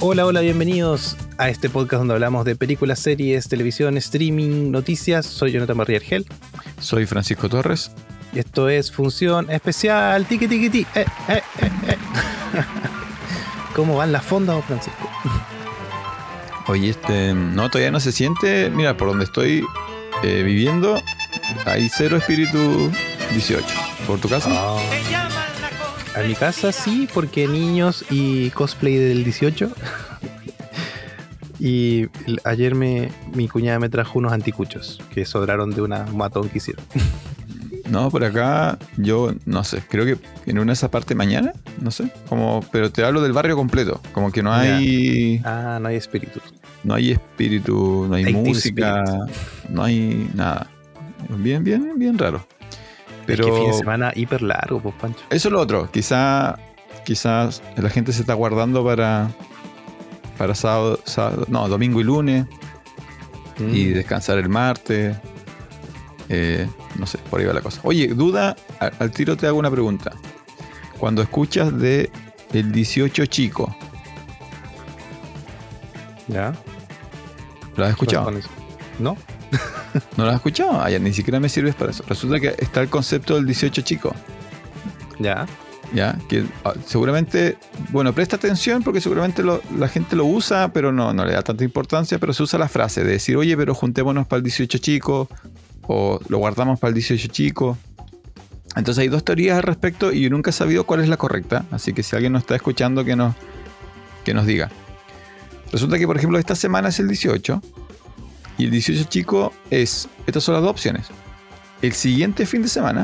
Hola, hola, bienvenidos a este podcast donde hablamos de películas, series, televisión, streaming, noticias. Soy Jonathan Barriargel. Soy Francisco Torres. Y esto es Función Especial. Tiki, tiki, tiki. ¿Cómo van las fondas, Francisco? Oye, no, todavía no se siente. Mira, por donde estoy viviendo, hay cero espíritu 18. ¿Por tu casa? A mi casa sí, porque niños y cosplay del 18. Y ayer mi cuñada me trajo unos anticuchos que sobraron de un matón que hicieron. No, por acá yo no sé, creo que en una esa parte mañana, no sé, pero te hablo del barrio completo, como que no hay... no hay espíritus. No hay espíritu, no hay música, no hay nada. Bien raro. Pero es que fin de semana hiper largo, pues, Pancho. Eso es lo otro, quizás la gente se está guardando para sábado, domingo y lunes y descansar el martes. No sé, por ahí va la cosa. Oye, duda, al tiro te hago una pregunta. Cuando escuchas de el 18 chico, ¿ya? ¿Lo has escuchado? ¿No? ¿No lo has escuchado? Ya ni siquiera me sirves para eso. Resulta que está el concepto del 18 chico. Ya. Ya, que seguramente, bueno, presta atención porque seguramente la gente lo usa, pero no le da tanta importancia, pero se usa la frase de decir, oye, pero juntémonos para el 18 chico, o lo guardamos para el 18 chico. Entonces hay dos teorías al respecto y yo nunca he sabido cuál es la correcta, así que si alguien nos está escuchando que nos diga. Resulta que, por ejemplo, esta semana es el 18 y el 18 chico estas son las dos opciones. El siguiente fin de semana,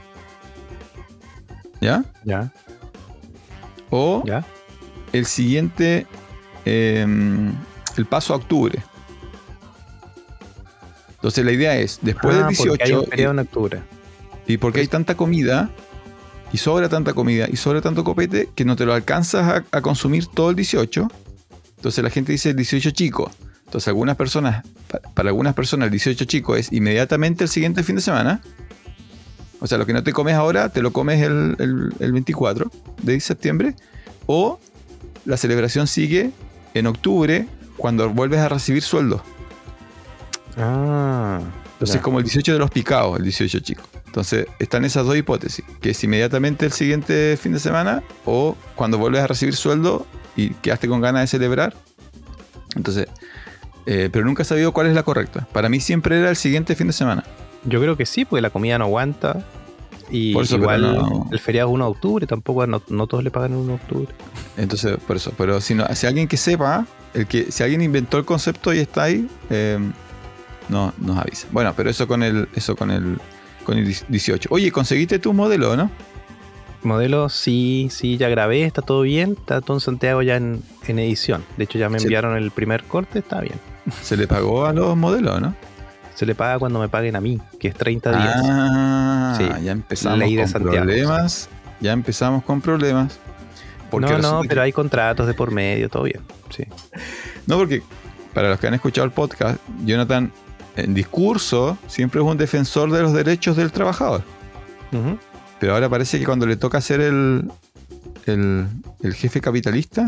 ¿ya? Ya. O ¿ya? El siguiente, el paso a octubre. Entonces la idea es, después del 18... Porque hay un periodo en octubre. Y porque hay tanta comida, y sobra tanta comida, y sobra tanto copete, que no te lo alcanzas a consumir todo el 18. Entonces la gente dice el 18 chico. Entonces para algunas personas el 18 chico es inmediatamente el siguiente fin de semana. O sea, lo que no te comes ahora, te lo comes el 24 de septiembre. O la celebración sigue en octubre, cuando vuelves a recibir sueldo. Entonces es como el 18 de los picados, el 18 chico. Entonces están esas dos hipótesis, que es inmediatamente el siguiente fin de semana o cuando vuelves a recibir sueldo y quedaste con ganas de celebrar. Entonces, pero nunca he sabido cuál es la correcta. Para mí siempre era el siguiente fin de semana. Yo creo que sí, porque la comida no aguanta. Y por eso, igual el feriado es 1 de octubre, tampoco no todos le pagan el 1 de octubre. Entonces, por eso. Pero si alguien que sepa, si alguien inventó el concepto y está ahí, no nos avisa. Bueno, pero eso con el 18. Oye, ¿conseguiste tu modelo, no? Modelo, sí, ya grabé, está todo bien, está todo en Santiago ya en edición. De hecho ya me enviaron el primer corte, está bien. ¿Se le pagó a los modelos, no? Se le paga cuando me paguen a mí, que es 30 días. Sí, ya empezamos ley de con Santiago, problemas. sí. Ya empezamos con problemas. Pero hay contratos de por medio, todo bien. Sí. No, porque para los que han escuchado el podcast, Jonathan, en discurso, siempre es un defensor de los derechos del trabajador. Uh-huh. Pero ahora parece que cuando le toca ser el jefe capitalista...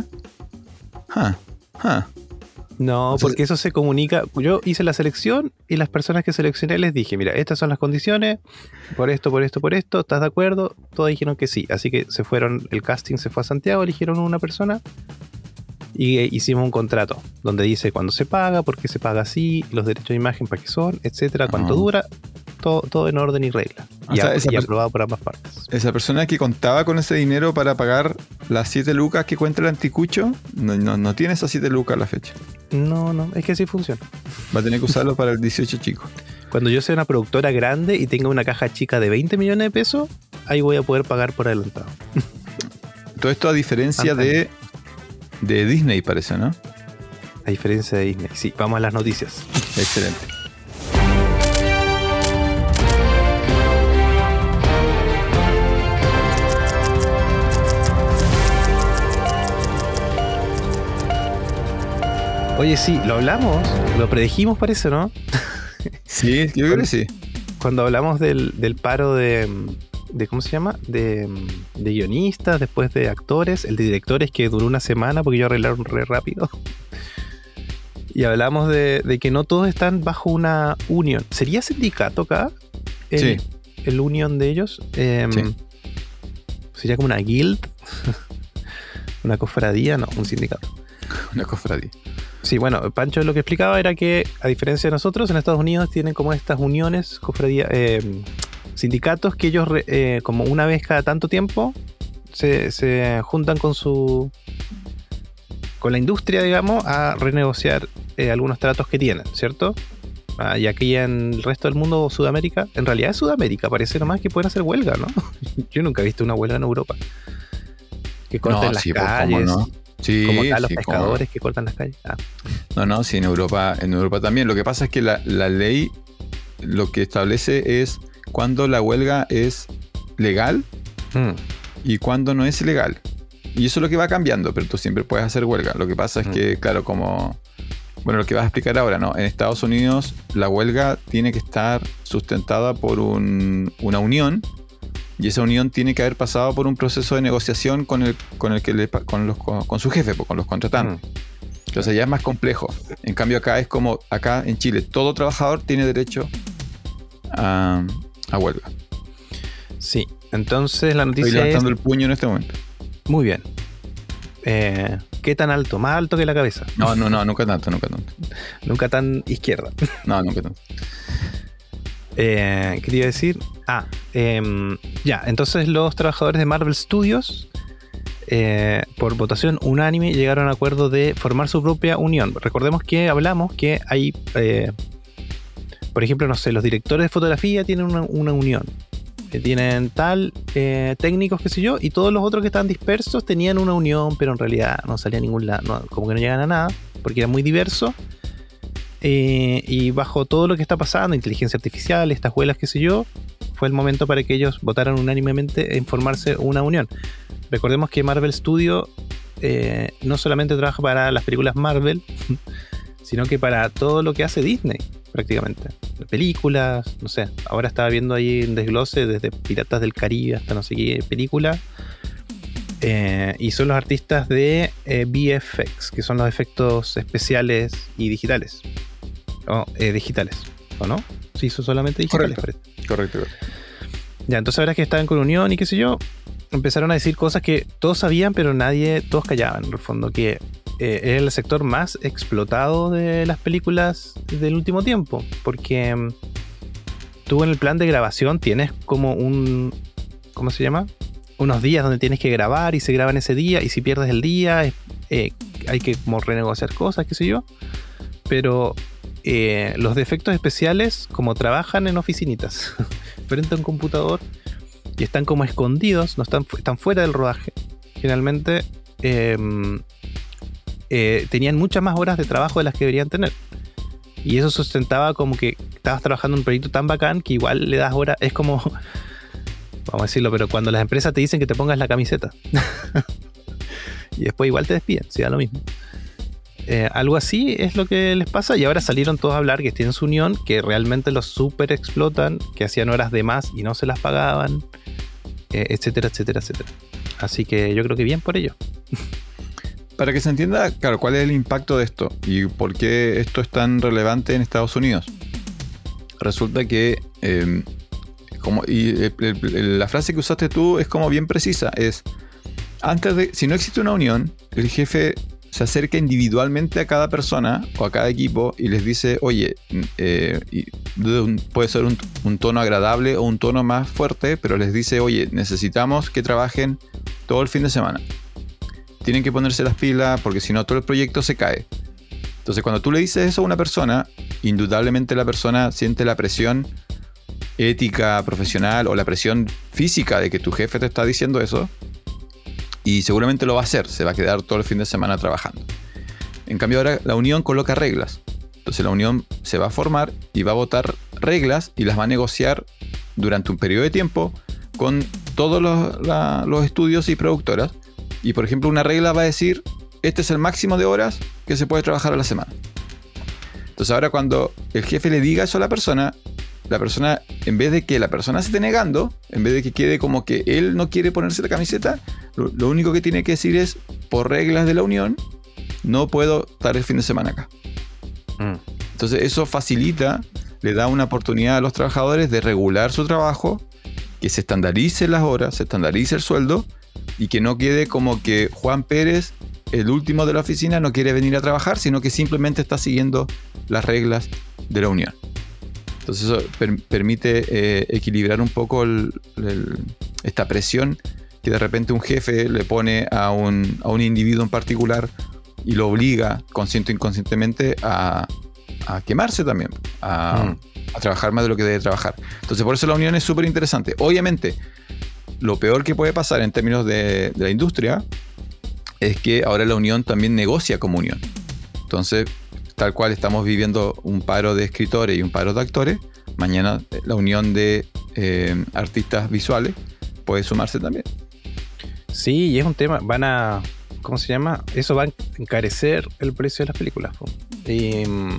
No, porque eso se comunica. Yo hice la selección y las personas que seleccioné les dije, mira, estas son las condiciones, por esto, ¿estás de acuerdo? Todos dijeron que sí, así que el casting se fue a Santiago, eligieron una persona y hicimos un contrato donde dice cuándo se paga, por qué se paga así, los derechos de imagen para qué son, etcétera, cuánto dura, todo en orden y regla. Y aprobado por ambas partes. Esa persona que contaba con ese dinero para pagar las 7 lucas que cuenta el anticucho, no tiene esas 7 lucas a la fecha. No, es que así funciona. Va a tener que usarlo para el 18 chico. Cuando yo sea una productora grande y tenga una caja chica de 20 millones de pesos, ahí voy a poder pagar por adelantado. Todo esto a diferencia de Disney, parece, ¿no? A diferencia de Disney. Sí, vamos a las noticias. Excelente. Oye, sí, lo hablamos, lo predijimos, parece, ¿no? Sí, yo creo que sí. Cuando hablamos del paro de ¿cómo se llama? De guionistas, después de actores, el de directores que duró una semana porque ellos arreglaron re rápido. Y hablamos de que no todos están bajo una unión. ¿Sería sindicato acá? Sí. El unión de ellos. Sí. ¿Sería como una guild? ¿Una cofradía? No, un sindicato. Una cofradía. Sí, bueno, Pancho lo que explicaba era que, a diferencia de nosotros, en Estados Unidos tienen como estas uniones, cofradías, sindicatos que ellos, como una vez cada tanto tiempo, se juntan con la industria, digamos, a renegociar algunos tratos que tienen, ¿cierto? Y aquí en el resto del mundo, Sudamérica, en realidad es Sudamérica, parece nomás que pueden hacer huelga, ¿no? Yo nunca he visto una huelga en Europa. Que corten las calles. ¿Cómo no? Sí, como tal, los sí, pescadores que cortan las calles. No, sí, en Europa también. Lo que pasa es que la ley lo que establece es cuándo la huelga es legal y cuándo no es legal. Y eso es lo que va cambiando, pero tú siempre puedes hacer huelga. Lo que pasa es que, claro, como... Bueno, lo que vas a explicar ahora, ¿no? En Estados Unidos la huelga tiene que estar sustentada por una unión. Y esa unión tiene que haber pasado por un proceso de negociación con su jefe, con los contratantes. Entonces ya es más complejo. En cambio acá es como, acá en Chile, todo trabajador tiene derecho a huelga. Sí, entonces la noticia Estoy levantando el puño en este momento. Muy bien. ¿Qué tan alto? Más alto que la cabeza. No, nunca tanto. Nunca tan izquierda. No, nunca tanto. ¿Qué te iba a decir? Ya, entonces los trabajadores de Marvel Studios, por votación unánime, llegaron a acuerdo de formar su propia unión. Recordemos que hablamos que hay, por ejemplo, no sé, los directores de fotografía tienen una unión. Tienen técnicos, qué sé yo, y todos los otros que estaban dispersos tenían una unión, pero en realidad no salía a ningún lado, como que no llegan a nada, porque era muy diverso. Y bajo todo lo que está pasando, inteligencia artificial, estas huelgas, qué sé yo, fue el momento para que ellos votaran unánimemente en formarse una unión. Recordemos que Marvel Studio no solamente trabaja para las películas Marvel, sino que para todo lo que hace Disney, prácticamente. Películas, no sé, ahora estaba viendo ahí un desglose desde Piratas del Caribe hasta no sé qué película. Y son los artistas de VFX, que son los efectos especiales y digitales. Digitales, ¿o no? Sí, son solamente digitales. Correcto. Ya, entonces ahora que estaban con unión y qué sé yo, empezaron a decir cosas que todos sabían, pero todos callaban, en el fondo, que era el sector más explotado de las películas del último tiempo, porque tú en el plan de grabación tienes como ¿cómo se llama? Unos días donde tienes que grabar y se graba en ese día, y si pierdes el día hay que como renegociar cosas, qué sé yo, pero los de efectos especiales, como trabajan en oficinitas frente a un computador y están como escondidos, no están fuera del rodaje, generalmente tenían muchas más horas de trabajo de las que deberían tener, y eso sustentaba como que estabas trabajando en un proyecto tan bacán que igual le das horas. Es como, vamos a decirlo, pero cuando las empresas te dicen que te pongas la camiseta y después igual te despiden, si da lo mismo. Algo así es lo que les pasa, y ahora salieron todos a hablar que tienen su unión, que realmente los super explotan, que hacían horas de más y no se las pagaban, etcétera. Así que yo creo que bien por ello. Para que se entienda, claro, cuál es el impacto de esto y por qué esto es tan relevante en Estados Unidos. Resulta que la frase que usaste tú es como bien precisa. Es, si no existe una unión, el jefe se acerca individualmente a cada persona o a cada equipo y les dice, oye, puede ser un tono agradable o un tono más fuerte, pero les dice, oye, necesitamos que trabajen todo el fin de semana. Tienen que ponerse las pilas porque si no todo el proyecto se cae. Entonces cuando tú le dices eso a una persona, indudablemente la persona siente la presión ética, profesional o la presión física de que tu jefe te está diciendo eso, y seguramente lo va a hacer, se va a quedar todo el fin de semana trabajando. En cambio ahora la unión coloca reglas. Entonces la unión se va a formar y va a votar reglas y las va a negociar durante un periodo de tiempo con todos los estudios y productoras. Y por ejemplo una regla va a decir, este es el máximo de horas que se puede trabajar a la semana. Entonces ahora cuando el jefe le diga eso a la persona, la persona, en vez de que la persona se esté negando, en vez de que quede como que él no quiere ponerse la camiseta, lo único que tiene que decir es, por reglas de la unión, no puedo estar el fin de semana acá. Entonces eso facilita, le da una oportunidad a los trabajadores de regular su trabajo, que se estandaricen las horas, se estandarice el sueldo, y que no quede como que Juan Pérez, el último de la oficina, no quiere venir a trabajar, sino que simplemente está siguiendo las reglas de la unión. Entonces eso permite equilibrar un poco esta presión que de repente un jefe le pone a un individuo en particular y lo obliga, consciente o inconscientemente, a quemarse también, a trabajar más de lo que debe trabajar. Entonces por eso la unión es súper interesante. Obviamente, lo peor que puede pasar en términos de la industria es que ahora la unión también negocia como unión. Entonces, tal cual estamos viviendo un paro de escritores y un paro de actores, mañana la unión de artistas visuales puede sumarse también. Sí, y es un tema, ¿cómo se llama? Eso va a encarecer el precio de las películas. Y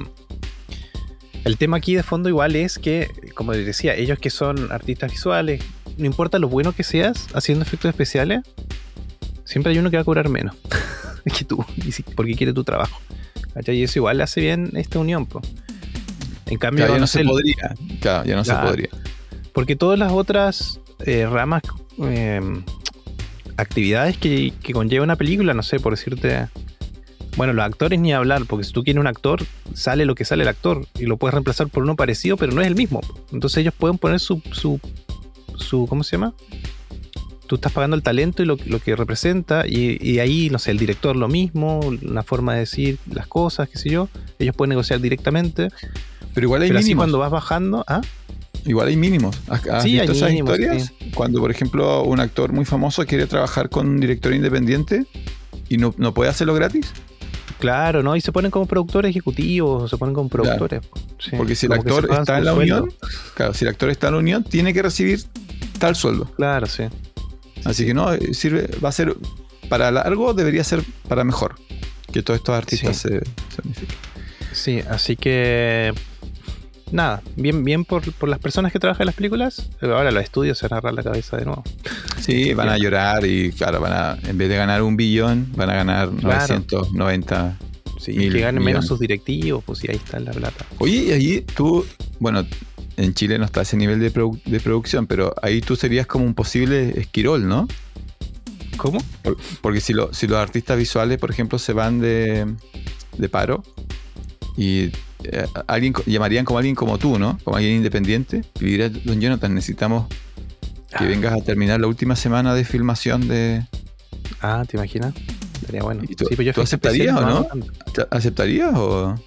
el tema aquí de fondo igual es que, como les decía, ellos que son artistas visuales, no importa lo bueno que seas haciendo efectos especiales, siempre hay uno que va a cobrar menos que tú, porque quiere tu trabajo. Y eso igual hace bien esta unión, po. En cambio, claro, ya no se podría. Claro, ya no se podría. Porque todas las otras ramas, actividades que conlleva una película, no sé, por decirte, bueno, los actores ni hablar, porque si tú quieres un actor, sale lo que sale el actor y lo puedes reemplazar por uno parecido, pero no es el mismo. Entonces ellos pueden poner su ¿cómo se llama? Tú estás pagando el talento y lo que representa, y ahí, no sé, el director lo mismo, una forma de decir las cosas, qué sé yo. Ellos pueden negociar directamente. Pero igual hay pero mínimos. Así cuando vas bajando, igual hay mínimos. ¿Has sí, visto esas mínimos, historias? Sí. Cuando, por ejemplo, un actor muy famoso quiere trabajar con un director independiente y no puede hacerlo gratis. Claro, ¿no? Y se ponen como productores ejecutivos, o se ponen como productores. Claro. Sí. Porque si el actor está en la unión, claro, si el actor está en la unión, tiene que recibir tal sueldo. Claro, sí. Así que no, sirve, va a ser para largo, debería ser para mejor que todos estos artistas se unifiquen. Sí, así que nada, bien por las personas que trabajan en las películas. Ahora los estudios se van a agarrar la cabeza de nuevo. Sí, van a llorar y claro, en vez de ganar 1 billón, van a ganar 990 mil que ganen menos sus directivos, pues sí, ahí está la plata. Oye, y ahí tú, bueno, en Chile no está ese nivel de producción, pero ahí tú serías como un posible Esquirol, ¿no? ¿Cómo? Porque si los artistas visuales, por ejemplo, se van de paro y llamarían como alguien como tú, ¿no? Como alguien independiente, y dirías, don Jonathan, necesitamos que vengas a terminar la última semana de filmación de... ¿Te imaginas? Sería bueno. ¿Y tú aceptarías o no? ¿Aceptarías o...?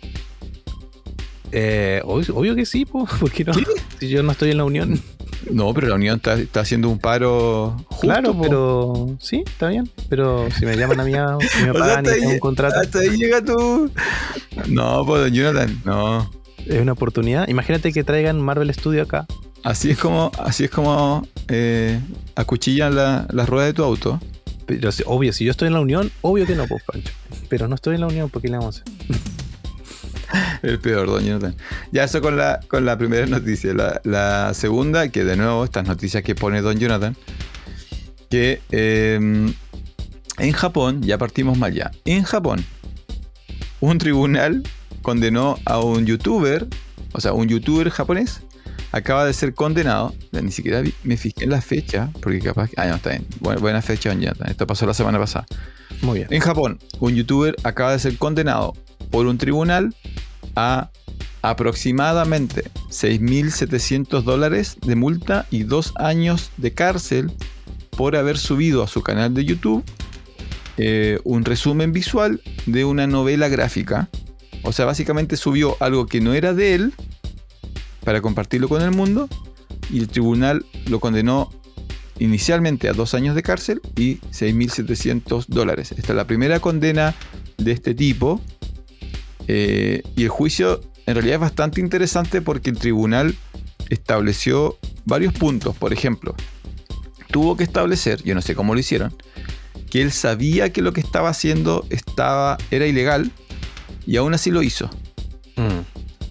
Obvio que sí, ¿por qué no? ¿Sí? Si yo no estoy en la unión. No, pero la unión está haciendo un paro justo. Claro, pero sí, está bien. Pero si me llaman a mí, si me pagan y tengo un contrato. Hasta ahí llega tú. No, pues don Jonathan, no. Es una oportunidad. Imagínate que traigan Marvel Studio acá. Así es como acuchillan las ruedas de tu auto. Pero obvio, si yo estoy en la unión, obvio que no, pues, Pancho. Pero no estoy en la unión, ¿por qué le vamos a hacer? El peor, don Jonathan. Ya eso con la primera noticia. La segunda, que de nuevo, estas noticias que pone don Jonathan, que en Japón, ya partimos mal ya. En Japón, un tribunal condenó a un youtuber, o sea, un youtuber japonés, acaba de ser condenado. Ni siquiera me fijé en la fecha, porque capaz... no, está bien. Buena fecha, don Jonathan. Esto pasó la semana pasada. Muy bien. En Japón, un youtuber acaba de ser condenado por un tribunal a aproximadamente $6,700 de multa y 2 años de cárcel por haber subido a su canal de YouTube un resumen visual de una novela gráfica. O sea, básicamente subió algo que no era de él para compartirlo con el mundo, y el tribunal lo condenó inicialmente a 2 años de cárcel y $6,700. Esta es la primera condena de este tipo. Y el juicio en realidad es bastante interesante porque el tribunal estableció varios puntos. Por ejemplo, tuvo que establecer, yo no sé cómo lo hicieron, que él sabía que lo que estaba haciendo era ilegal y aún así lo hizo.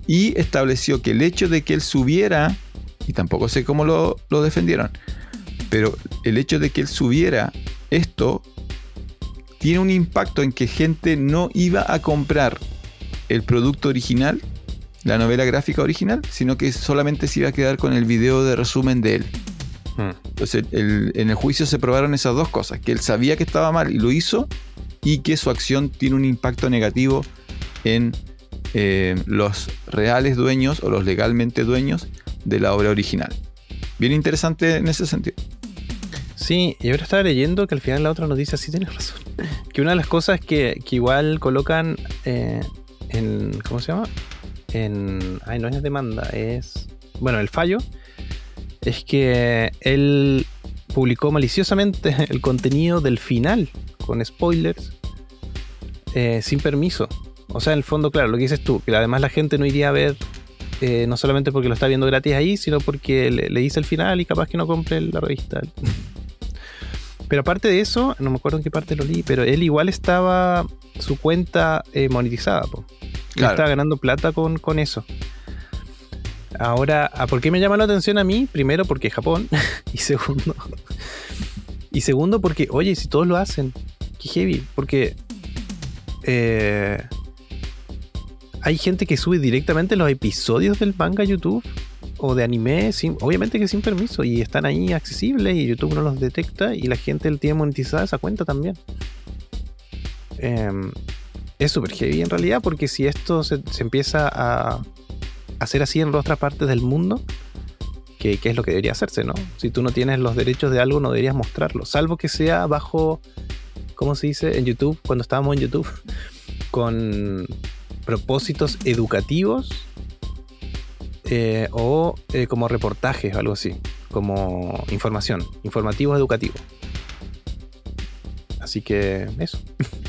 y estableció que el hecho de que él subiera, y tampoco sé cómo lo defendieron, pero el hecho de que él subiera esto tiene un impacto en que gente no iba a comprar el producto original, la novela gráfica original, sino que solamente se iba a quedar con el video de resumen de él. Entonces en el juicio se probaron esas dos cosas, que él sabía que estaba mal y lo hizo, y que su acción tiene un impacto negativo en los reales dueños o los legalmente dueños de la obra original. Bien interesante en ese sentido. Sí, y ahora estaba leyendo que al final la otra noticia sí tienes razón. Que una de las cosas que igual colocan en... ¿Cómo se llama? No es demanda, es... Bueno, el fallo es que él publicó maliciosamente el contenido del final, con spoilers, sin permiso. O sea, en el fondo, claro, lo que dices tú, que además la gente no iría a ver, no solamente porque lo está viendo gratis ahí, sino porque le hice el final y capaz que no compre la revista. Pero aparte de eso, no me acuerdo en qué parte lo leí, pero él igual estaba su cuenta monetizada, po. Claro. Estaba ganando plata con eso. Ahora, ¿por qué me llama la atención a mí? Primero porque es Japón. y segundo porque, oye, si todos lo hacen, qué heavy. Porque hay gente que sube directamente los episodios del manga a YouTube o de anime, obviamente que sin permiso, y están ahí accesibles y YouTube no los detecta y la gente tiene monetizada esa cuenta también. Es súper heavy en realidad, porque si esto se empieza a hacer así en otras partes del mundo, que es lo que debería hacerse, ¿no? Si tú no tienes los derechos de algo, no deberías mostrarlo, salvo que sea bajo, ¿cómo se dice? En YouTube, cuando estábamos en YouTube, con propósitos educativos, o como reportajes o algo así, como informativos educativos. Así que eso.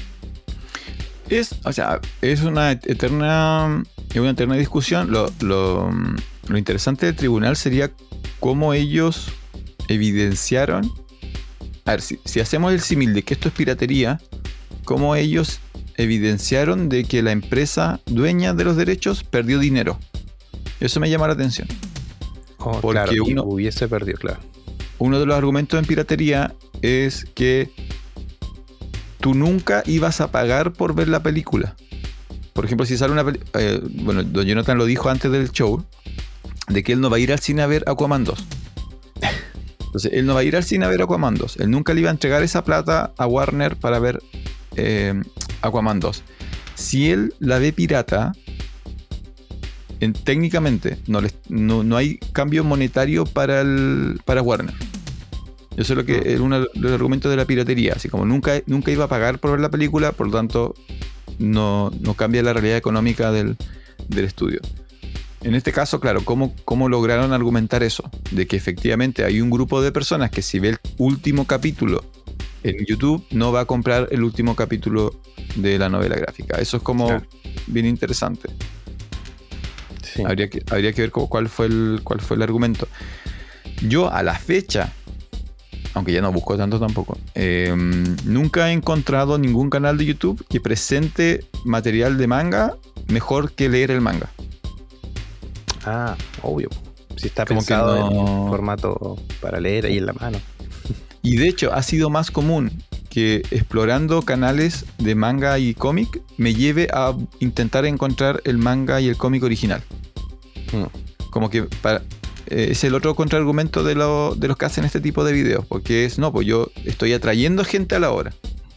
Es una eterna discusión. Lo interesante del tribunal sería cómo ellos evidenciaron. A ver, si hacemos el símil de que esto es piratería, cómo ellos evidenciaron de que la empresa dueña de los derechos perdió dinero. Eso me llama la atención. Porque claro, hubiese perdido, claro. Uno de los argumentos en piratería es que tú nunca ibas a pagar por ver la película. Por ejemplo, si sale una película... don Jonathan lo dijo antes del show, de que él no va a ir al cine a ver Aquaman 2. Entonces, él no va a ir al cine a ver Aquaman 2. Él nunca le iba a entregar esa plata a Warner para ver Aquaman 2. Si él la ve pirata, técnicamente no hay cambio monetario para Warner. Eso es lo que es uno de los argumentos de la piratería. Así como nunca iba a pagar por ver la película, por lo tanto no cambia la realidad económica del estudio. En este caso, claro, ¿cómo lograron argumentar eso? De que efectivamente hay un grupo de personas que si ve el último capítulo en YouTube, no va a comprar el último capítulo de la novela gráfica. Eso es como bien interesante. Sí. Habría que ver cuál fue el argumento. Yo a la fecha, aunque ya no busco tanto tampoco, nunca he encontrado ningún canal de YouTube que presente material de manga mejor que leer el manga. Ah, obvio. Si está como pensado en formato para leer ahí en la mano. Y de hecho ha sido más común que explorando canales de manga y cómic me lleve a intentar encontrar el manga y el cómic original. Como que es el otro contraargumento de los que hacen este tipo de videos, porque pues yo estoy atrayendo gente a la obra.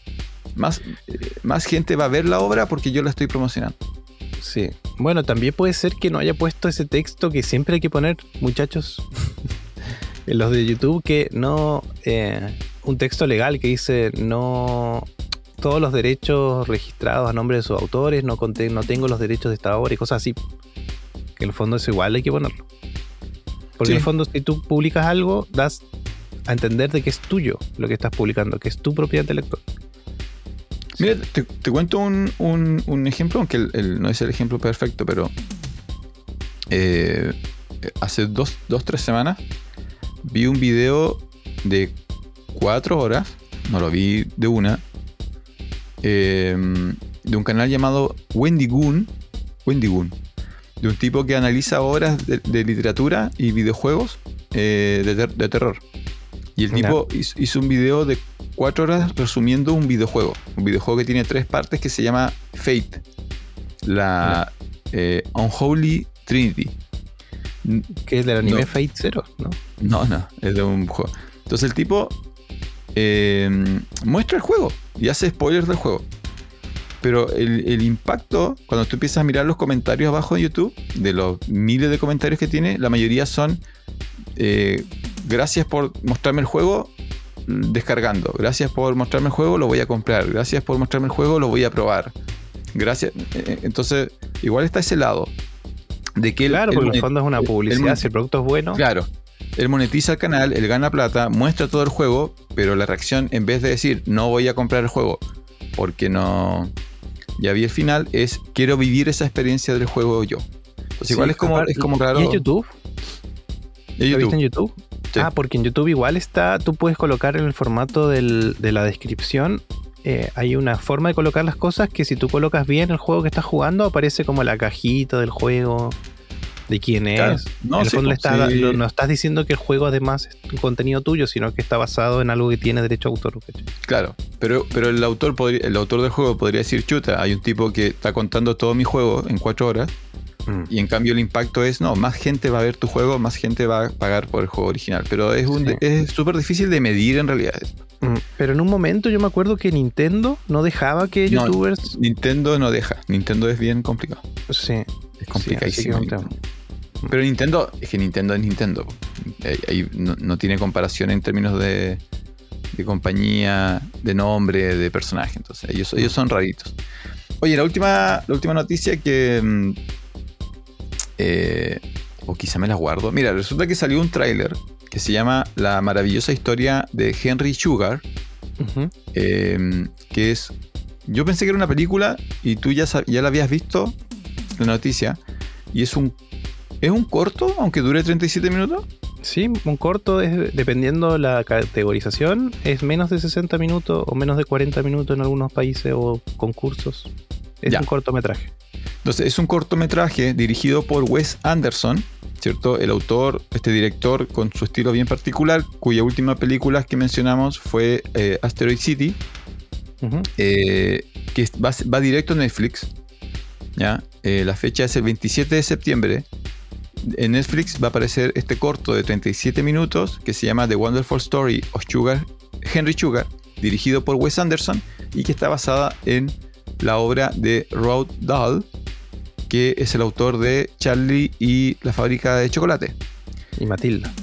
Más gente va a ver la obra porque yo la estoy promocionando. Sí. Bueno, también puede ser que no haya puesto ese texto que siempre hay que poner, muchachos, en los de YouTube, que no... un texto legal que dice no... Todos los derechos registrados a nombre de sus autores, no tengo los derechos de esta obra y cosas así. Que en el fondo es igual, hay que ponerlo. Porque en el fondo, si tú publicas algo, das a entender de que es tuyo lo que estás publicando, que es tu propiedad intelectual. Mira, te cuento un ejemplo, aunque no es el ejemplo perfecto, pero hace 2-3 semanas vi un video de 4 horas, no lo vi de una, de un canal llamado Wendy Goon, de un tipo que analiza obras de literatura y videojuegos de terror. Y el tipo hizo un video de 4 horas resumiendo un videojuego. Un videojuego que tiene 3 partes que se llama Fate. La Unholy Trinity. Que es del anime Fate Zero, ¿no? No, es de un juego. Entonces el tipo muestra el juego y hace spoilers del juego. Pero el impacto, cuando tú empiezas a mirar los comentarios abajo de YouTube, de los miles de comentarios que tiene, la mayoría son gracias por mostrarme el juego, descargando. Gracias por mostrarme el juego, lo voy a comprar. Gracias por mostrarme el juego, lo voy a probar. Gracias. Entonces, igual está ese lado. De que claro, porque en el fondo es una publicidad, si el producto es bueno. Claro. Él monetiza el canal, él gana plata, muestra todo el juego, pero la reacción, en vez de decir, no voy a comprar el juego porque no... Ya vi el final, es quiero vivir esa experiencia del juego yo. Entonces sí, igual es como claro. ¿Y en YouTube? ¿Lo viste en YouTube? Sí. Porque en YouTube igual está, tú puedes colocar en el formato de la descripción, hay una forma de colocar las cosas que si tú colocas bien el juego que estás jugando, aparece como la cajita del juego, de quién claro. es. No, en el fondo no estás diciendo que el juego además es un contenido tuyo, sino que está basado en algo que tiene derecho a autor. ¿Cachai? Claro, pero el autor del juego podría decir, chuta, hay un tipo que está contando todo mi juego en 4 horas. Y en cambio el impacto es, no, más gente va a ver tu juego, más gente va a pagar por el juego original. Pero es súper difícil de medir en realidad esto. Pero en un momento yo me acuerdo que Nintendo no dejaba que youtubers... Nintendo no deja. Nintendo es bien complicado. Sí. Es complicadísimo. Sí, pero Nintendo es Nintendo. Ahí no tiene comparación en términos de compañía, de nombre, de personaje. Entonces ellos son raritos. Oye, la última noticia que... o quizá me la guardo. Mira, resulta que salió un tráiler que se llama La maravillosa historia de Henry Sugar. Que es... Yo pensé que era una película y tú ya la habías visto, la noticia. Y es un corto, aunque dure 37 minutos. Sí, un corto, dependiendo la categorización, es menos de 60 minutos o menos de 40 minutos en algunos países o concursos. Es un cortometraje. Entonces, es un cortometraje dirigido por Wes Anderson, ¿cierto? El autor, este director con su estilo bien particular, cuya última película que mencionamos fue Asteroid City, que va directo a Netflix. ¿Ya? La fecha es el 27 de septiembre. En Netflix va a aparecer este corto de 37 minutos que se llama The Wonderful Story of Henry Sugar, dirigido por Wes Anderson y que está basada en la obra de Roald Dahl, que es el autor de Charlie y la fábrica de chocolate. Y Matilda.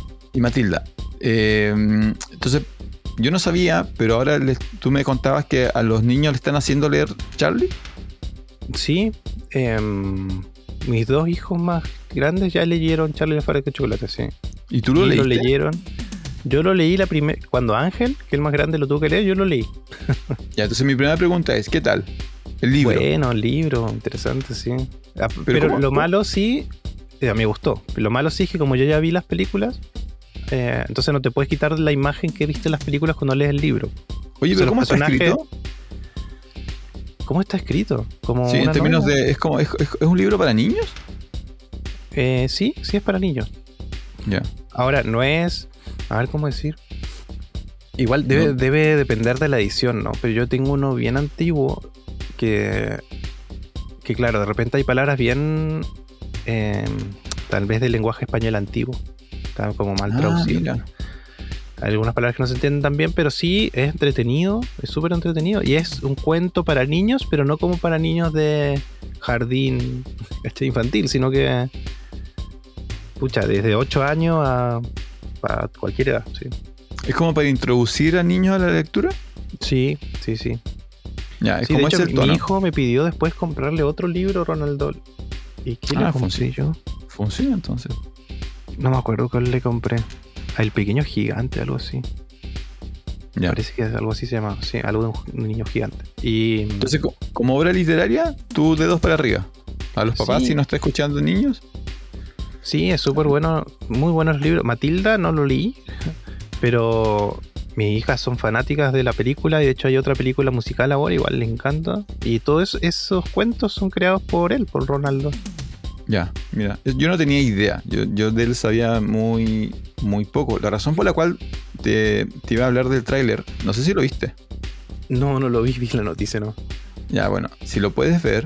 Entonces, yo no sabía, pero ahora tú me contabas que a los niños le están haciendo leer Charlie. Sí, mis 2 hijos más grandes ya leyeron Charlie y la fábrica de chocolate, sí. ¿Y tú lo leíste? Lo leyeron. Yo lo leí cuando Ángel, que el más grande, lo tuvo que leer, yo lo leí. Ya, entonces mi primera pregunta es, ¿qué tal? El libro. Bueno, el libro, interesante, sí. Pero lo malo sí, me gustó. Lo malo sí es que como yo ya vi las películas, entonces no te puedes quitar la imagen que viste en las películas cuando lees el libro. Oye, pero ¿cómo está escrito? ¿Cómo está escrito? ¿Como sí, en términos de... ¿Es un libro para niños? Sí es para niños. Ya. Ahora, no es... A ver, ¿cómo decir? Igual debe depender de la edición, ¿no? Pero yo tengo uno bien antiguo que claro, de repente hay palabras bien... tal vez del lenguaje español antiguo. Está como mal traducido. Hay algunas palabras que no se entienden tan bien, pero sí es entretenido, es súper entretenido. Y es un cuento para niños, pero no como para niños de jardín infantil, sino que... Pucha, desde 8 años a cualquier edad, sí. ¿Es como para introducir a niños a la lectura? Sí. Ya, es sí, como de hecho, ese tono. Mi hijo me pidió después comprarle otro libro, Ronaldo. ¿Y qué le compré yo? Funciona entonces. No me acuerdo cuál le compré. El pequeño gigante, algo así. Ya. Parece que algo así se llama. Sí, algo de un niño gigante. Y entonces, como obra literaria, tú dedos para arriba. A los papás, si no está escuchando niños. Sí, es súper bueno. Muy buenos libros. Matilda no lo leí, pero mis hijas son fanáticas de la película. Y de hecho hay otra película musical ahora, igual les encanta. Y todos esos cuentos son creados por él, por Ronaldo. Ya, mira, yo no tenía idea. Yo de él sabía muy, muy poco. La razón por la cual te iba a hablar del tráiler, no sé si lo viste. No lo vi la noticia, ¿no? Ya, bueno, si lo puedes ver,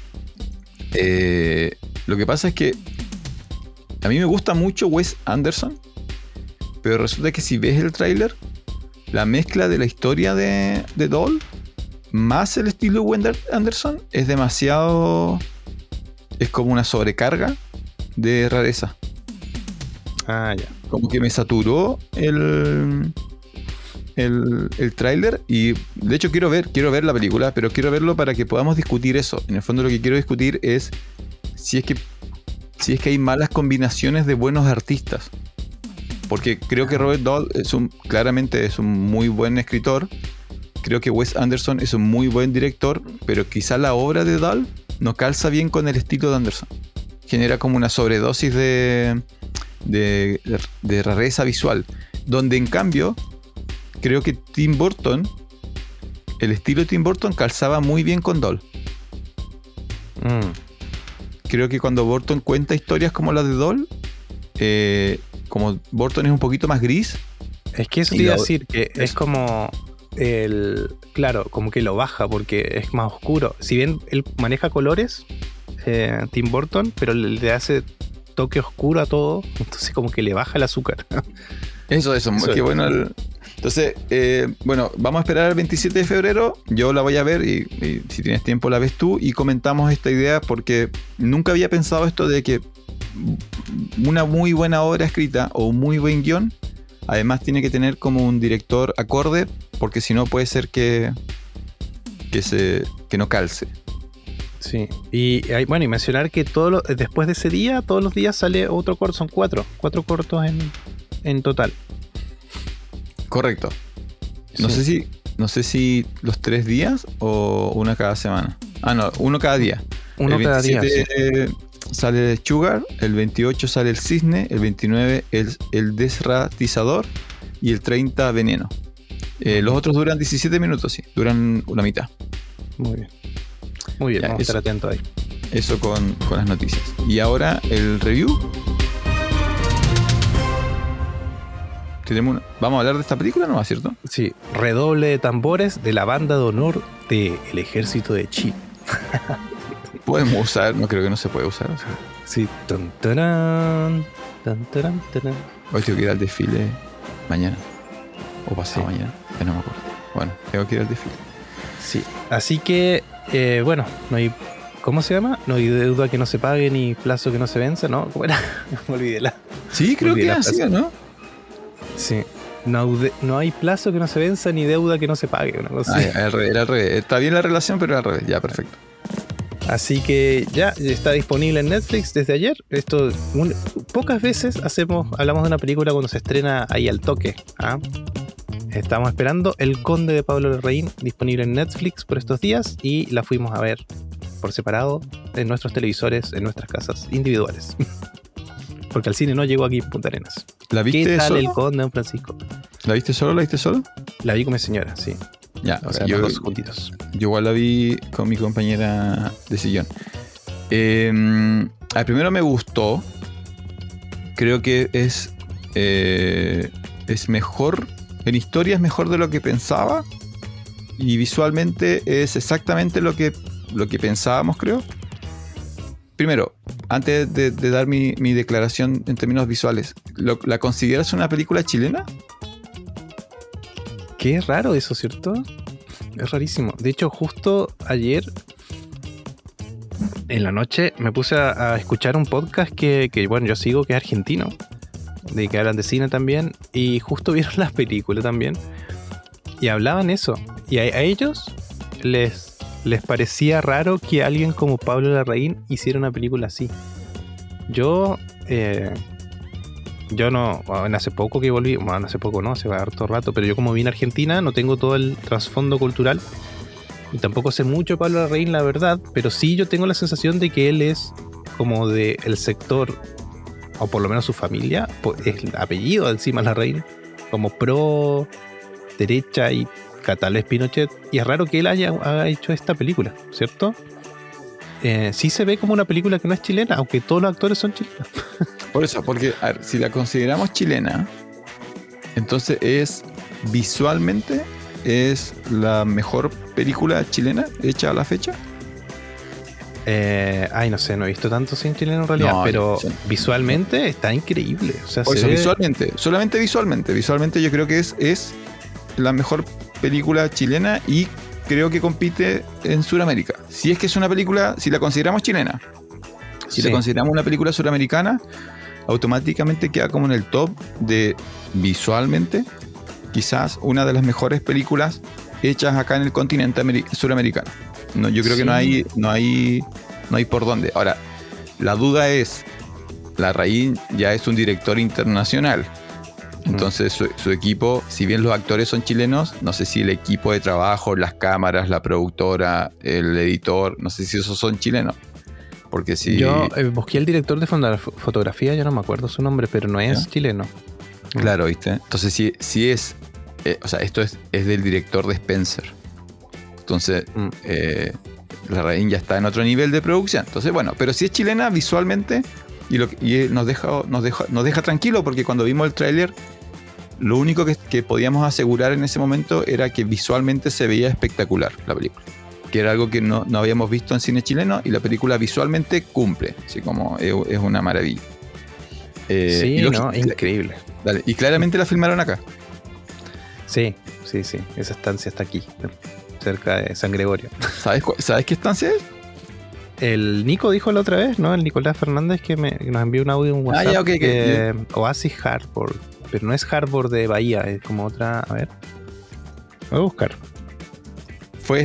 lo que pasa es que a mí me gusta mucho Wes Anderson, pero resulta que si ves el tráiler, la mezcla de la historia de Doll más el estilo de Wes Anderson es demasiado... Es como una sobrecarga de rareza. Ah, ya. Como que me saturó el tráiler y de hecho quiero ver la película, pero quiero verlo para que podamos discutir eso. En el fondo lo que quiero discutir es si es que hay malas combinaciones de buenos artistas. Porque creo que Robert Dahl claramente es un muy buen escritor. Creo que Wes Anderson es un muy buen director, pero quizá la obra de Dahl no calza bien con el estilo de Anderson. Genera como una sobredosis de rareza visual. Donde en cambio, creo que Tim Burton, el estilo de Tim Burton calzaba muy bien con Dahl. Creo que cuando Burton cuenta historias como la de Dahl, como Burton es un poquito más gris. Es que eso te iba a decir, que es como... claro, como que lo baja porque es más oscuro. Si bien él maneja colores, Tim Burton, pero le hace toque oscuro a todo, entonces como que le baja el azúcar. Eso qué bueno. Entonces, bueno, vamos a esperar el 27 de febrero. Yo la voy a ver y si tienes tiempo la ves tú y comentamos esta idea porque nunca había pensado esto de que una muy buena obra escrita o un muy buen guión además tiene que tener como un director acorde, porque si no puede ser que no calce. Sí, y mencionar que después de ese día, todos los días sale otro corto, son cuatro cortos en total. Correcto. No sé si los 3 días o una cada semana. Ah, no, uno cada día. Uno cada día. Sí. Sale Sugar, el 28 sale el Cisne, el 29 el Desratizador y el 30 Veneno. Los otros duran 17 minutos, sí, duran una mitad. Muy bien, vamos a estar atentos ahí. Eso con las noticias. Y ahora el review. ¿Vamos a hablar de esta película, no? ¿Cierto? Sí, redoble de tambores de la banda de honor del Ejército de Chile. Podemos usar, no creo que no se puede usar. O sea. Sí, tan. Hoy tengo que ir al desfile mañana. O pasado mañana, ya no me acuerdo. Bueno, tengo que ir al desfile. Sí, así que, bueno, no hay... ¿Cómo se llama? No hay deuda que no se pague ni plazo que no se venza, ¿no? ¿Cómo era? Me olvidé la... Sí, creo que era así, ¿no? Sí. No hay plazo que no se venza ni deuda que no se pague. Una cosa era al revés. Está bien la relación, pero era al revés. Ya, perfecto. Así que ya está disponible en Netflix desde ayer. Pocas veces hablamos de una película cuando se estrena ahí al toque. Estamos esperando El Conde de Pablo Larraín, disponible en Netflix por estos días, y la fuimos a ver por separado en nuestros televisores, en nuestras casas individuales. Porque al cine no llegó aquí en Punta Arenas. ¿La viste ¿Qué tal solo? El Conde, don Francisco? ¿La viste solo? La vi con mi señora, sí. Ya, o sea, los dos juntitos. Yo igual la vi con mi compañera de sillón. Primero me gustó. Creo que es mejor. En historia es mejor de lo que pensaba. Y visualmente es exactamente lo que pensábamos, creo. Primero, antes de dar mi declaración en términos visuales, ¿la consideras una película chilena? Qué raro eso, ¿cierto? Es rarísimo. De hecho, justo ayer en la noche me puse a escuchar un podcast que bueno, yo sigo, que es argentino, de que hablan de cine también, y justo vieron las películas también y hablaban eso. Y a ellos les parecía raro que alguien como Pablo Larraín hiciera una película así. Yo no, bueno, hace poco que volví, bueno, hace poco no, hace harto rato, pero yo como vine a Argentina no tengo todo el trasfondo cultural y tampoco sé mucho de Pablo Larraín, la verdad, pero sí yo tengo la sensación de que él es como del sector, o por lo menos su familia, es el apellido encima Larraín, como pro derecha y tal vez Pinochet, y es raro que él haya hecho esta película, ¿cierto? sí se ve como una película que no es chilena, aunque todos los actores son chilenos. Por eso, porque a ver, si la consideramos chilena, entonces visualmente es la mejor película chilena hecha a la fecha. No sé, no he visto tanto cine chileno en realidad, pero visualmente está increíble. O sea, visualmente, solamente visualmente yo creo que es la mejor película chilena y creo que compite en Sudamérica. Si es que es una película, si la consideramos chilena, si la consideramos una película suramericana, automáticamente queda como en el top de visualmente, quizás una de las mejores películas hechas acá en el continente suramericano. No, yo creo que no hay por dónde. Ahora, la duda es, Larraín ya es un director internacional. Entonces su equipo, si bien los actores son chilenos, no sé si el equipo de trabajo, las cámaras, la productora, el editor, no sé si esos son chilenos. Porque si... Yo busqué al director de fotografía, yo no me acuerdo su nombre, pero no es chileno. Claro, ¿viste? Entonces si es... o sea, esto es del director de Spencer. Entonces, Larraín ya está en otro nivel de producción. Entonces, bueno, pero si es chilena visualmente y nos deja tranquilo, porque cuando vimos el tráiler, lo único que podíamos asegurar en ese momento era que visualmente se veía espectacular la película, que era algo que no habíamos visto en cine chileno, y la película visualmente cumple, así como es una maravilla. Es increíble. Dale, y claramente la filmaron acá. Sí, esa estancia está aquí, cerca de San Gregorio. ¿Sabes qué estancia es? El Nico dijo la otra vez, ¿no? El Nicolás Fernández, que nos envió un audio en WhatsApp. Okay. Oasis Harbor, pero no es Harbor de Bahía, es como otra. A ver, voy a buscar. Fue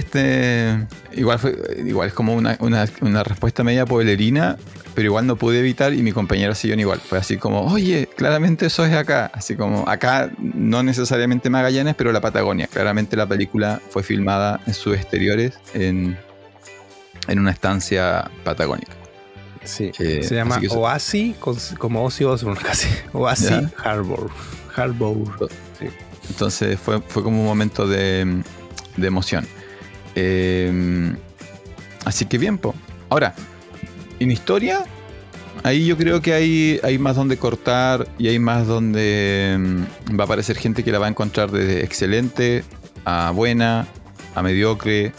igual es como una respuesta media pueblerina, pero igual no pude evitar, y mi compañero siguió igual. Fue así como, oye, claramente eso es acá. Así como, acá no necesariamente Magallanes, pero la Patagonia. Claramente la película fue filmada en sus exteriores en una estancia patagónica. Sí, se llama Oasis, como Ozzy Osbourne casi. Oasis Harbor. Sí. Entonces fue como un momento de emoción. Así que bien, po. Ahora, en historia, ahí yo creo que hay más donde cortar, y hay más donde va a aparecer gente que la va a encontrar desde excelente a buena, a mediocre.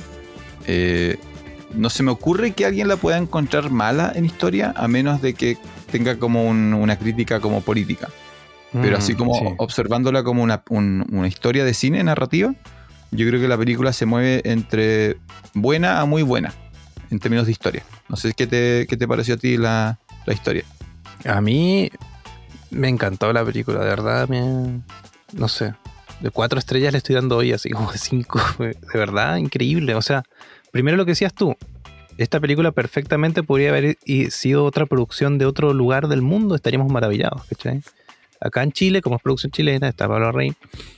No se me ocurre que alguien la pueda encontrar mala en historia, a menos de que tenga como una crítica como política. Pero así como observándola como una historia de cine narrativa, yo creo que la película se mueve entre buena a muy buena en términos de historia. No sé qué te pareció a ti la historia. A mí me encantó la película, de verdad. No sé, de 4 estrellas le estoy dando hoy así como de 5. De verdad, increíble. O sea, primero lo que decías tú, esta película perfectamente podría haber sido otra producción de otro lugar del mundo, estaríamos maravillados, ¿cachai? Acá en Chile, como es producción chilena, está Pablo Larraín,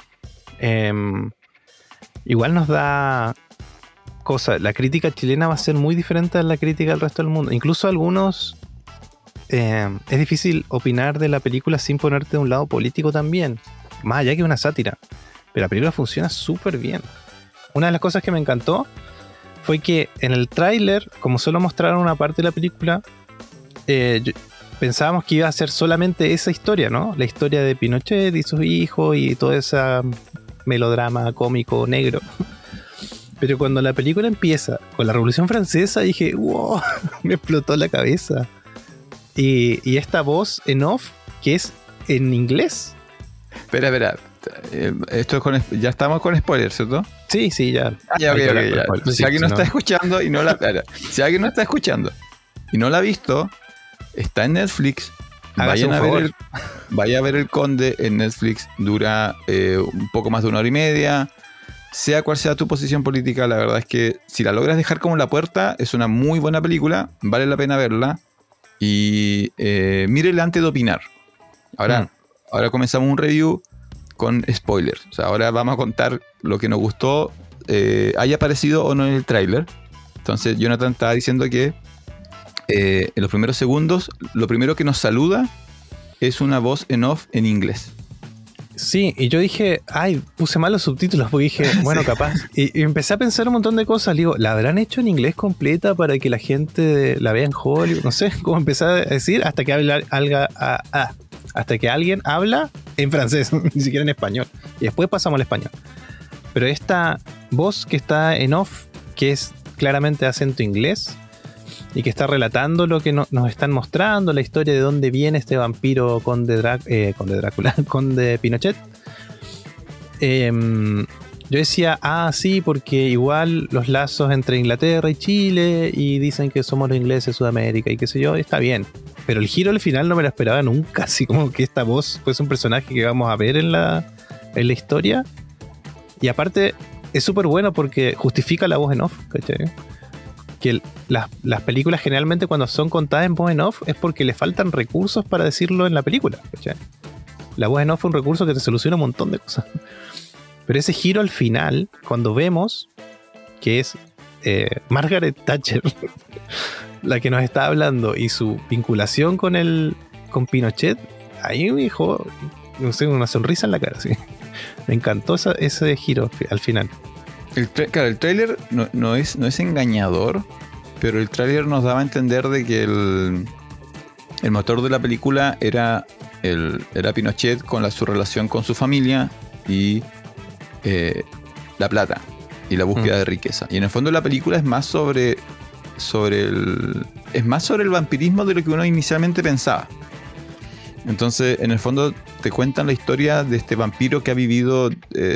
igual nos da cosas. La crítica chilena va a ser muy diferente a la crítica del resto del mundo. Incluso algunos... es difícil opinar de la película sin ponerte de un lado político también, más allá que una sátira, pero la película funciona súper bien. Una de las cosas que me encantó fue que en el tráiler, como solo mostraron una parte de la película, pensábamos que iba a ser solamente esa historia, ¿no? La historia de Pinochet y sus hijos y todo ese melodrama cómico negro. Pero cuando la película empieza con la Revolución Francesa, dije, wow, me explotó la cabeza. Y esta voz en off, que es en inglés. Espera. Esto es ya estamos con spoilers, ¿cierto? Sí, ya. Ya. Si alguien no está escuchando y no la... Si alguien no está escuchando y no la ha visto, está en Netflix. Vaya a ver El Conde en Netflix. Dura un poco más de 1 hora y media. Sea cual sea tu posición política, la verdad es que si la logras dejar como en la puerta, es una muy buena película. Vale la pena verla. Y mírela antes de opinar. Ahora comenzamos un review con spoilers. O sea, ahora vamos a contar lo que nos gustó, haya aparecido o no en el tráiler. Entonces Jonathan estaba diciendo que en los primeros segundos, lo primero que nos saluda es una voz en off en inglés. Sí, y yo dije, ay, puse mal los subtítulos porque dije, bueno, capaz. Y empecé a pensar un montón de cosas. Digo, ¿la habrán hecho en inglés completa para que la gente la vea en Hollywood? No sé cómo empecé a decir hasta que hasta que alguien habla en francés, ni siquiera en español. Y después pasamos al español. Pero esta voz que está en off, que es claramente acento inglés y que está relatando lo que nos están mostrando, la historia de dónde viene este vampiro conde Drácula, conde Pinochet. Yo decía, sí, porque igual los lazos entre Inglaterra y Chile, y dicen que somos los ingleses de Sudamérica y qué sé yo, está bien. Pero el giro al final no me lo esperaba nunca, así como que esta voz fuese un personaje que vamos a ver en la historia. Y aparte es súper bueno porque justifica la voz en off, ¿cachai? Que las películas generalmente cuando son contadas en voz en off es porque le faltan recursos para decirlo en la película, ¿cachai? La voz en off es un recurso que te soluciona un montón de cosas. Pero ese giro al final, cuando vemos que es Margaret Thatcher la que nos está hablando y su vinculación con Pinochet, ahí me dijo, no sé, una sonrisa en la cara, ¿sí? Me encantó ese giro al final. Claro, el tráiler no es engañador, pero el tráiler nos daba a entender de que el motor de la película era Pinochet con su relación con su familia y la plata y la búsqueda de riqueza. Y en el fondo la película es más sobre el vampirismo de lo que uno inicialmente pensaba. Entonces, en el fondo te cuentan la historia de este vampiro que ha vivido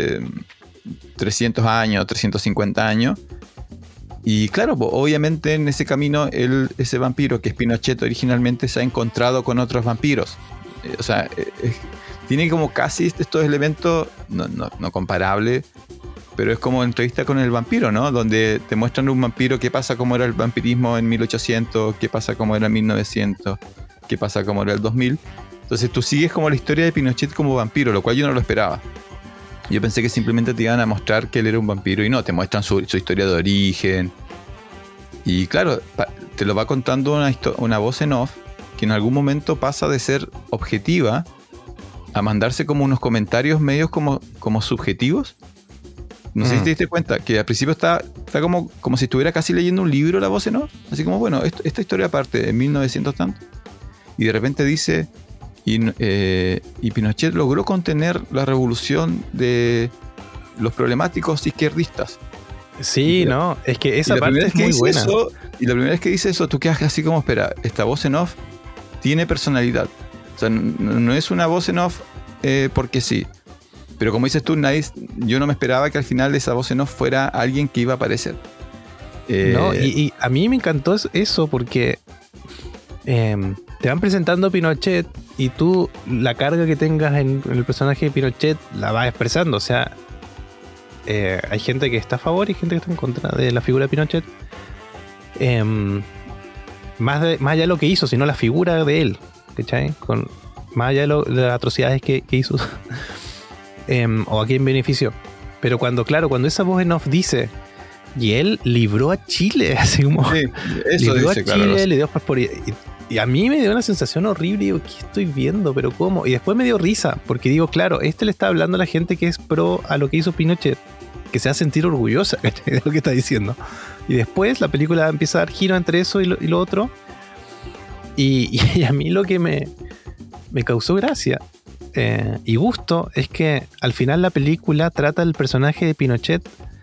300 años, 350 años. Y claro, obviamente en ese camino ese vampiro que es Pinochet originalmente se ha encontrado con otros vampiros. O sea, tiene como casi estos elementos no comparables, pero es como entrevista con el vampiro, ¿no? Donde te muestran un vampiro, qué pasa cómo era el vampirismo en 1800, qué pasa cómo era en 1900, qué pasa cómo era el 2000. Entonces tú sigues como la historia de Pinochet como vampiro, lo cual yo no lo esperaba. Yo pensé que simplemente te iban a mostrar que él era un vampiro y no, te muestran su historia de origen. Y claro, te lo va contando una voz en off que en algún momento pasa de ser objetiva a mandarse como unos comentarios medios como subjetivos. No sé si te diste cuenta que al principio está como si estuviera casi leyendo un libro la voz en off. Así como, bueno, esta historia parte en 1900 tanto. Y de repente dice... Y Pinochet logró contener la revolución de los problemáticos izquierdistas. Sí, no, es que esa parte es muy buena. Y la primera vez que dice eso, tú quedas así como, espera, esta voz en off tiene personalidad. O sea, no es una voz en off porque sí. Pero como dices tú, yo no me esperaba que al final de esa voz en off fuera alguien que iba a aparecer. No, y a mí me encantó eso porque te van presentando a Pinochet y tú la carga que tengas en el personaje de Pinochet la vas expresando. O sea, hay gente que está a favor y gente que está en contra de la figura de Pinochet. Más allá de lo que hizo, sino la figura de él, ¿cachai? Más allá de las atrocidades que hizo o a quién benefició. Pero cuando esa voz en off dice, y él libró a Chile, así como sí, eso libró dice, a Chile, claro. le dio prosperidad. Y a mí me dio una sensación horrible. Digo, ¿qué estoy viendo? ¿Pero cómo? Y después me dio risa, porque digo, claro, le está hablando a la gente que es pro a lo que hizo Pinochet, que se va a sentir orgullosa de lo que está diciendo. Y después la película empieza a dar giro entre eso y lo otro. Y a mí lo que me causó gracia y gusto es que al final la película trata al personaje de Pinochet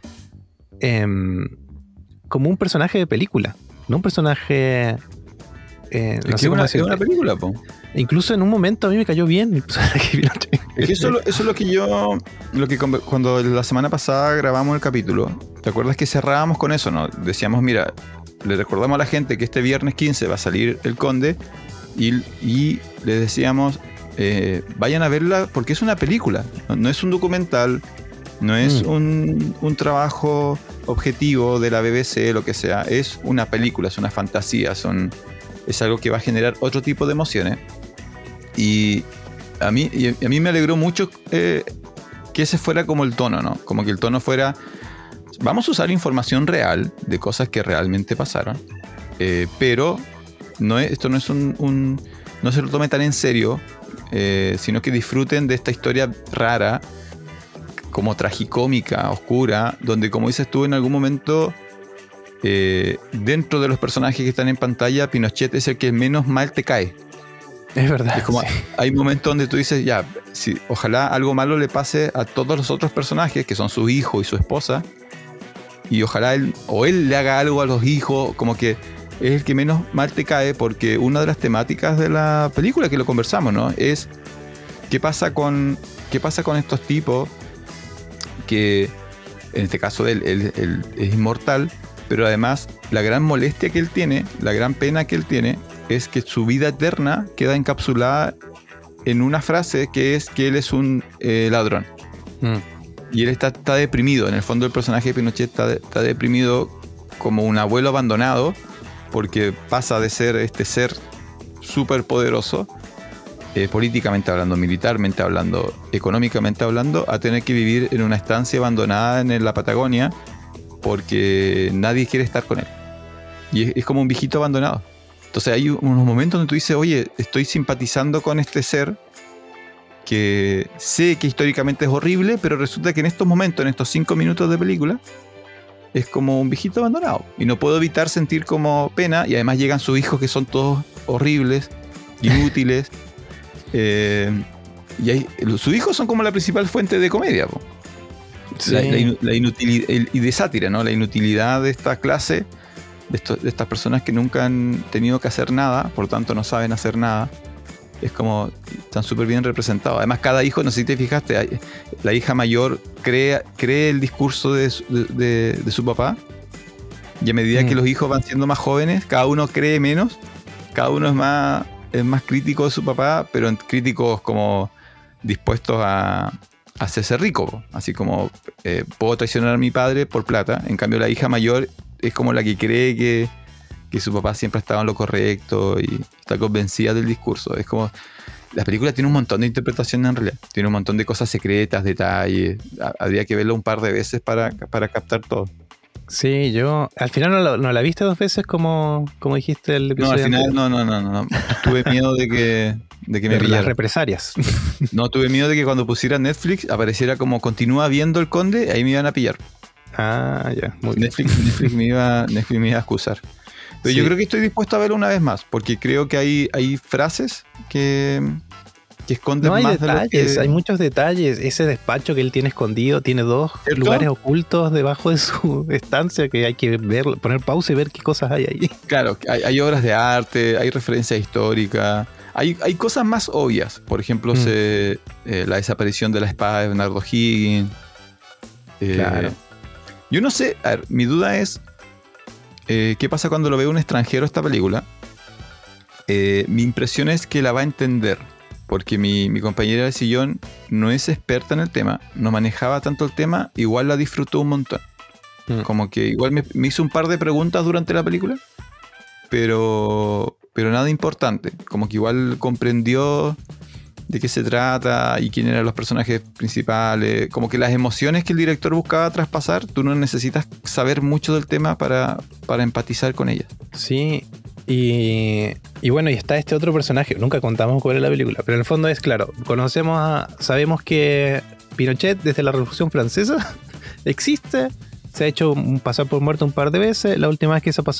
como un personaje de película, no un personaje... no sé cómo decirlo. Es una película, po. Incluso en un momento a mí me cayó bien el personaje de Pinochet. Es que eso es lo que cuando la semana pasada grabamos el capítulo, ¿te acuerdas que cerrábamos con eso, no? Decíamos, mira, le recordamos a la gente que este viernes 15 va a salir El Conde y les decíamos, vayan a verla porque es una película, no es un documental, no es un trabajo objetivo de la BBC, lo que sea, es una película, es una fantasía, es algo que va a generar otro tipo de emociones. Y a mí me alegró mucho que ese fuera como el tono, ¿no? Como que el tono fuera, vamos a usar información real de cosas que realmente pasaron, pero esto no es no se lo tome tan en serio sino que disfruten de esta historia rara, como tragicómica, oscura, donde, como dices tú, en algún momento, dentro de los personajes que están en pantalla, Pinochet es el que menos mal te cae. Es verdad. Es como, sí. hay momentos donde tú dices, ya, ojalá algo malo le pase a todos los otros personajes, que son su hijo y su esposa, y ojalá él le haga algo a los hijos, como que es el que menos mal te cae, porque una de las temáticas de la película, que lo conversamos, ¿no? Es qué pasa con estos tipos que, en este caso, él es inmortal, pero además la gran molestia que él tiene, la gran pena que él tiene, es que su vida eterna queda encapsulada en una frase que es que él es un ladrón. Y él está deprimido. En el fondo, el personaje de Pinochet está deprimido como un abuelo abandonado, porque pasa de ser este ser súper poderoso, políticamente hablando, militarmente hablando, económicamente hablando, a tener que vivir en una estancia abandonada en la Patagonia porque nadie quiere estar con él. Y es como un viejito abandonado. Entonces hay unos momentos donde tú dices, oye, estoy simpatizando con este ser que sé que históricamente es horrible, pero resulta que en estos momentos, en estos 5 minutos de película, es como un viejito abandonado. Y no puedo evitar sentir como pena, y además llegan sus hijos que son todos horribles, inútiles. Sus hijos son como la principal fuente de comedia, po. Sí. La inutilidad y de sátira, ¿no? La inutilidad de esta clase, de estas personas que nunca han tenido que hacer nada, por tanto no saben hacer nada. Es como, están súper bien representados. Además, cada hijo, no sé si te fijaste, la hija mayor cree el discurso de su papá, y a medida que los hijos van siendo más jóvenes, cada uno cree menos, cada uno es más crítico de su papá, pero críticos como dispuestos a hacerse rico, así como puedo traicionar a mi padre por plata. En cambio, la hija mayor es como la que cree que su papá siempre estaba en lo correcto y está convencida del discurso. Es como, la película tiene un montón de interpretaciones en realidad, tiene un montón de cosas secretas, detalles. Habría que verlo un par de veces para captar todo. Sí, yo al final no la viste 2 veces como dijiste el episodio. No, al final no. Tuve miedo de que me pillara. Las represalias. No, tuve miedo de que cuando pusiera Netflix apareciera como continúa viendo El Conde, ahí me iban a pillar. Ah, ya, muy bien. Netflix me iba a excusar. Pero sí, yo creo que estoy dispuesto a verlo una vez más, porque creo que hay frases que esconden más detalles, de lo que... hay muchos detalles. Ese despacho que él tiene escondido tiene 2 lugares ocultos debajo de su estancia que hay que ver, poner pausa y ver qué cosas hay ahí. Claro, hay obras de arte, hay referencias históricas, hay cosas más obvias. Por ejemplo, la desaparición de la espada de Bernardo Higgins. Claro. Yo no sé, a ver, mi duda es ¿qué pasa cuando lo ve un extranjero esta película? Mi impresión es que la va a entender, porque mi compañera del sillón no es experta en el tema, no manejaba tanto el tema, igual la disfrutó un montón. Como que igual me hizo un par de preguntas durante la película, pero nada importante. Como que igual comprendió de qué se trata y quién eran los personajes principales. Como que las emociones que el director buscaba traspasar, tú no necesitas saber mucho del tema para empatizar con ellas. Sí, y bueno, y está este otro personaje, nunca contamos cuál es la película, pero en el fondo es claro, sabemos que Pinochet desde la Revolución Francesa existe, se ha hecho pasar por muerto un par de veces. La última vez que se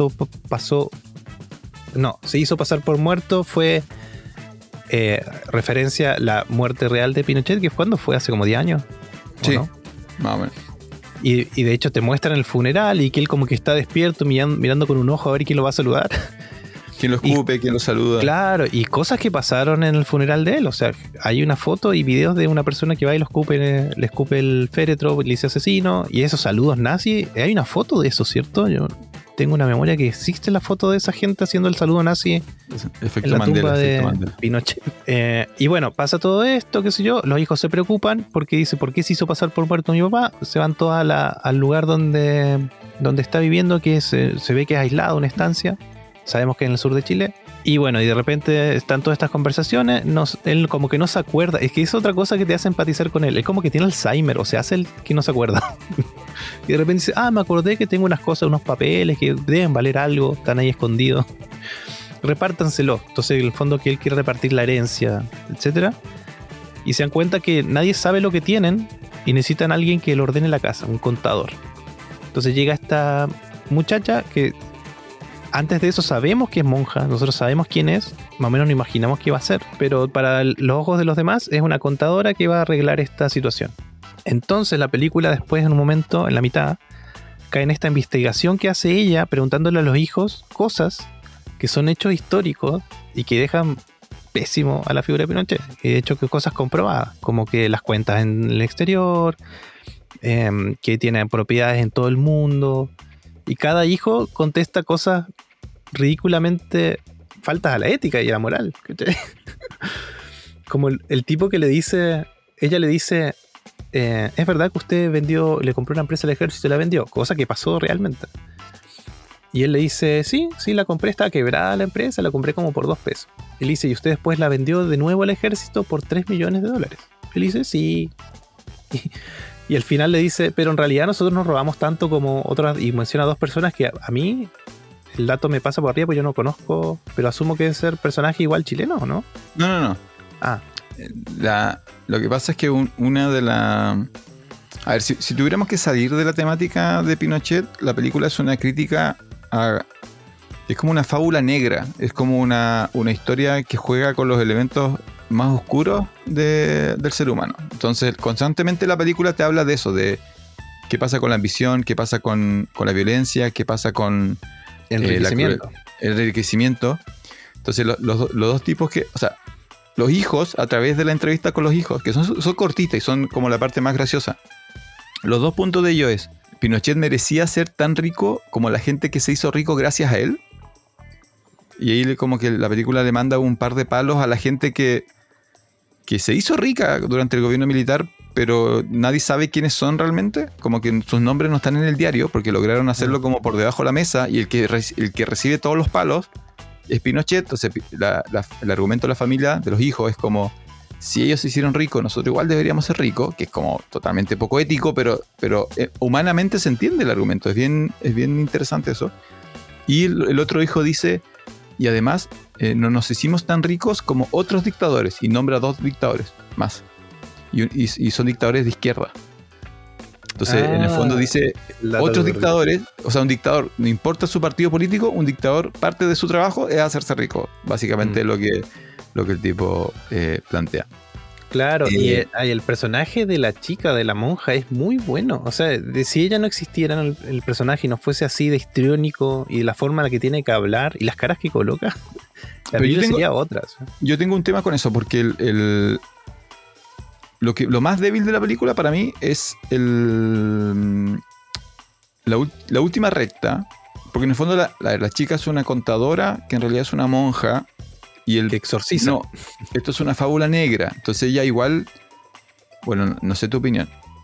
hizo pasar por muerto fue referencia a la muerte real de Pinochet, que cuando fue hace como 10 años. Sí, ¿no? Más o menos. Y de hecho te muestran el funeral y que él como que está despierto mirando con un ojo a ver quién lo va a saludar. Quién lo escupe, quién lo saluda. Claro, y cosas que pasaron en el funeral de él. O sea, hay una foto y videos de una persona que va y le escupe el féretro, le dice asesino, y esos saludos nazis. Hay una foto de eso, ¿cierto? Yo tengo una memoria que existe la foto de esa gente haciendo el saludo nazi en la tumba de Pinochet. Y bueno, pasa todo esto, qué sé yo. Los hijos se preocupan porque dice, ¿por qué se hizo pasar por muerto mi papá? Se van todos al lugar donde está viviendo, que se ve que es aislado, una estancia. Sabemos que es en el sur de Chile. Y bueno, y de repente están todas estas conversaciones. Él como que no se acuerda. Es que es otra cosa que te hace empatizar con él. Es como que tiene Alzheimer, o sea, hace el que no se acuerda. Y de repente dice, me acordé que tengo unas cosas, unos papeles que deben valer algo, están ahí escondidos. repártanselo. Entonces, en el fondo, que él quiere repartir la herencia, etcétera. Y se dan cuenta que nadie sabe lo que tienen y necesitan a alguien que le ordene la casa, un contador. Entonces llega esta muchacha que antes de eso sabemos que es monja, nosotros sabemos quién es, más o menos nos imaginamos qué va a hacer, pero para los ojos de los demás es una contadora que va a arreglar esta situación. Entonces la película después, en un momento, en la mitad, cae en esta investigación que hace ella preguntándole a los hijos cosas que son hechos históricos y que dejan pésimo a la figura de Pinochet. De hecho, que cosas comprobadas, como que las cuentas en el exterior, que tiene propiedades en todo el mundo, y cada hijo contesta cosas ridículamente faltas a la ética y a la moral. Como el tipo que le dice, ella le dice, es verdad que usted le compró una empresa al ejército y la vendió, cosa que pasó realmente. Y él le dice, sí, la compré, estaba quebrada la empresa, la compré como por $2. Él dice, ¿y usted después la vendió de nuevo al ejército por $3 millones? Él dice, sí. Y al final le dice, pero en realidad nosotros nos robamos tanto como otras, y menciona a 2 personas que a mí el dato me pasa por arriba porque yo no conozco, pero asumo que deben ser personajes igual chilenos, ¿no? No. Ah. Lo que pasa es que una de las... A ver, si tuviéramos que salir de la temática de Pinochet, la película es una crítica a... Es como una fábula negra, es como una historia que juega con los elementos más oscuros del ser humano. Entonces, constantemente la película te habla de eso, de qué pasa con la ambición, qué pasa con la violencia, qué pasa con el enriquecimiento. Entonces, los dos tipos que... O sea, los hijos, a través de la entrevista con los hijos, que son cortitas y son como la parte más graciosa, los 2 puntos de ello es: ¿Pinochet merecía ser tan rico como la gente que se hizo rico gracias a él? Y ahí como que la película le manda un par de palos a la gente que se hizo rica durante el gobierno militar, pero nadie sabe quiénes son realmente. Como que sus nombres no están en el diario porque lograron hacerlo como por debajo de la mesa, y el que recibe todos los palos es Pinochet. Entonces el argumento de la familia, de los hijos, es como: si ellos se hicieron ricos, nosotros igual deberíamos ser ricos, que es como totalmente poco ético, pero humanamente se entiende el argumento. Es bien interesante eso. Y el otro hijo dice, y además no nos hicimos tan ricos como otros dictadores, y nombra 2 dictadores más. Y son dictadores de izquierda. Entonces, en el fondo dice, otros dictadores, o sea, un dictador, no importa su partido político, un dictador, parte de su trabajo es hacerse rico. Básicamente lo que el tipo plantea. Claro, y el personaje de la chica, de la monja, es muy bueno. O sea, si ella no existiera en el personaje y no fuese así de histriónico, y la forma en la que tiene que hablar y las caras que coloca, la película sería otra. Yo tengo un tema con eso, porque lo más débil de la película para mí es la última recta, porque en el fondo la chica es una contadora que en realidad es una monja, y el que exorciza. No, esto es una fábula negra. Entonces ella igual, bueno, no sé tu opinión.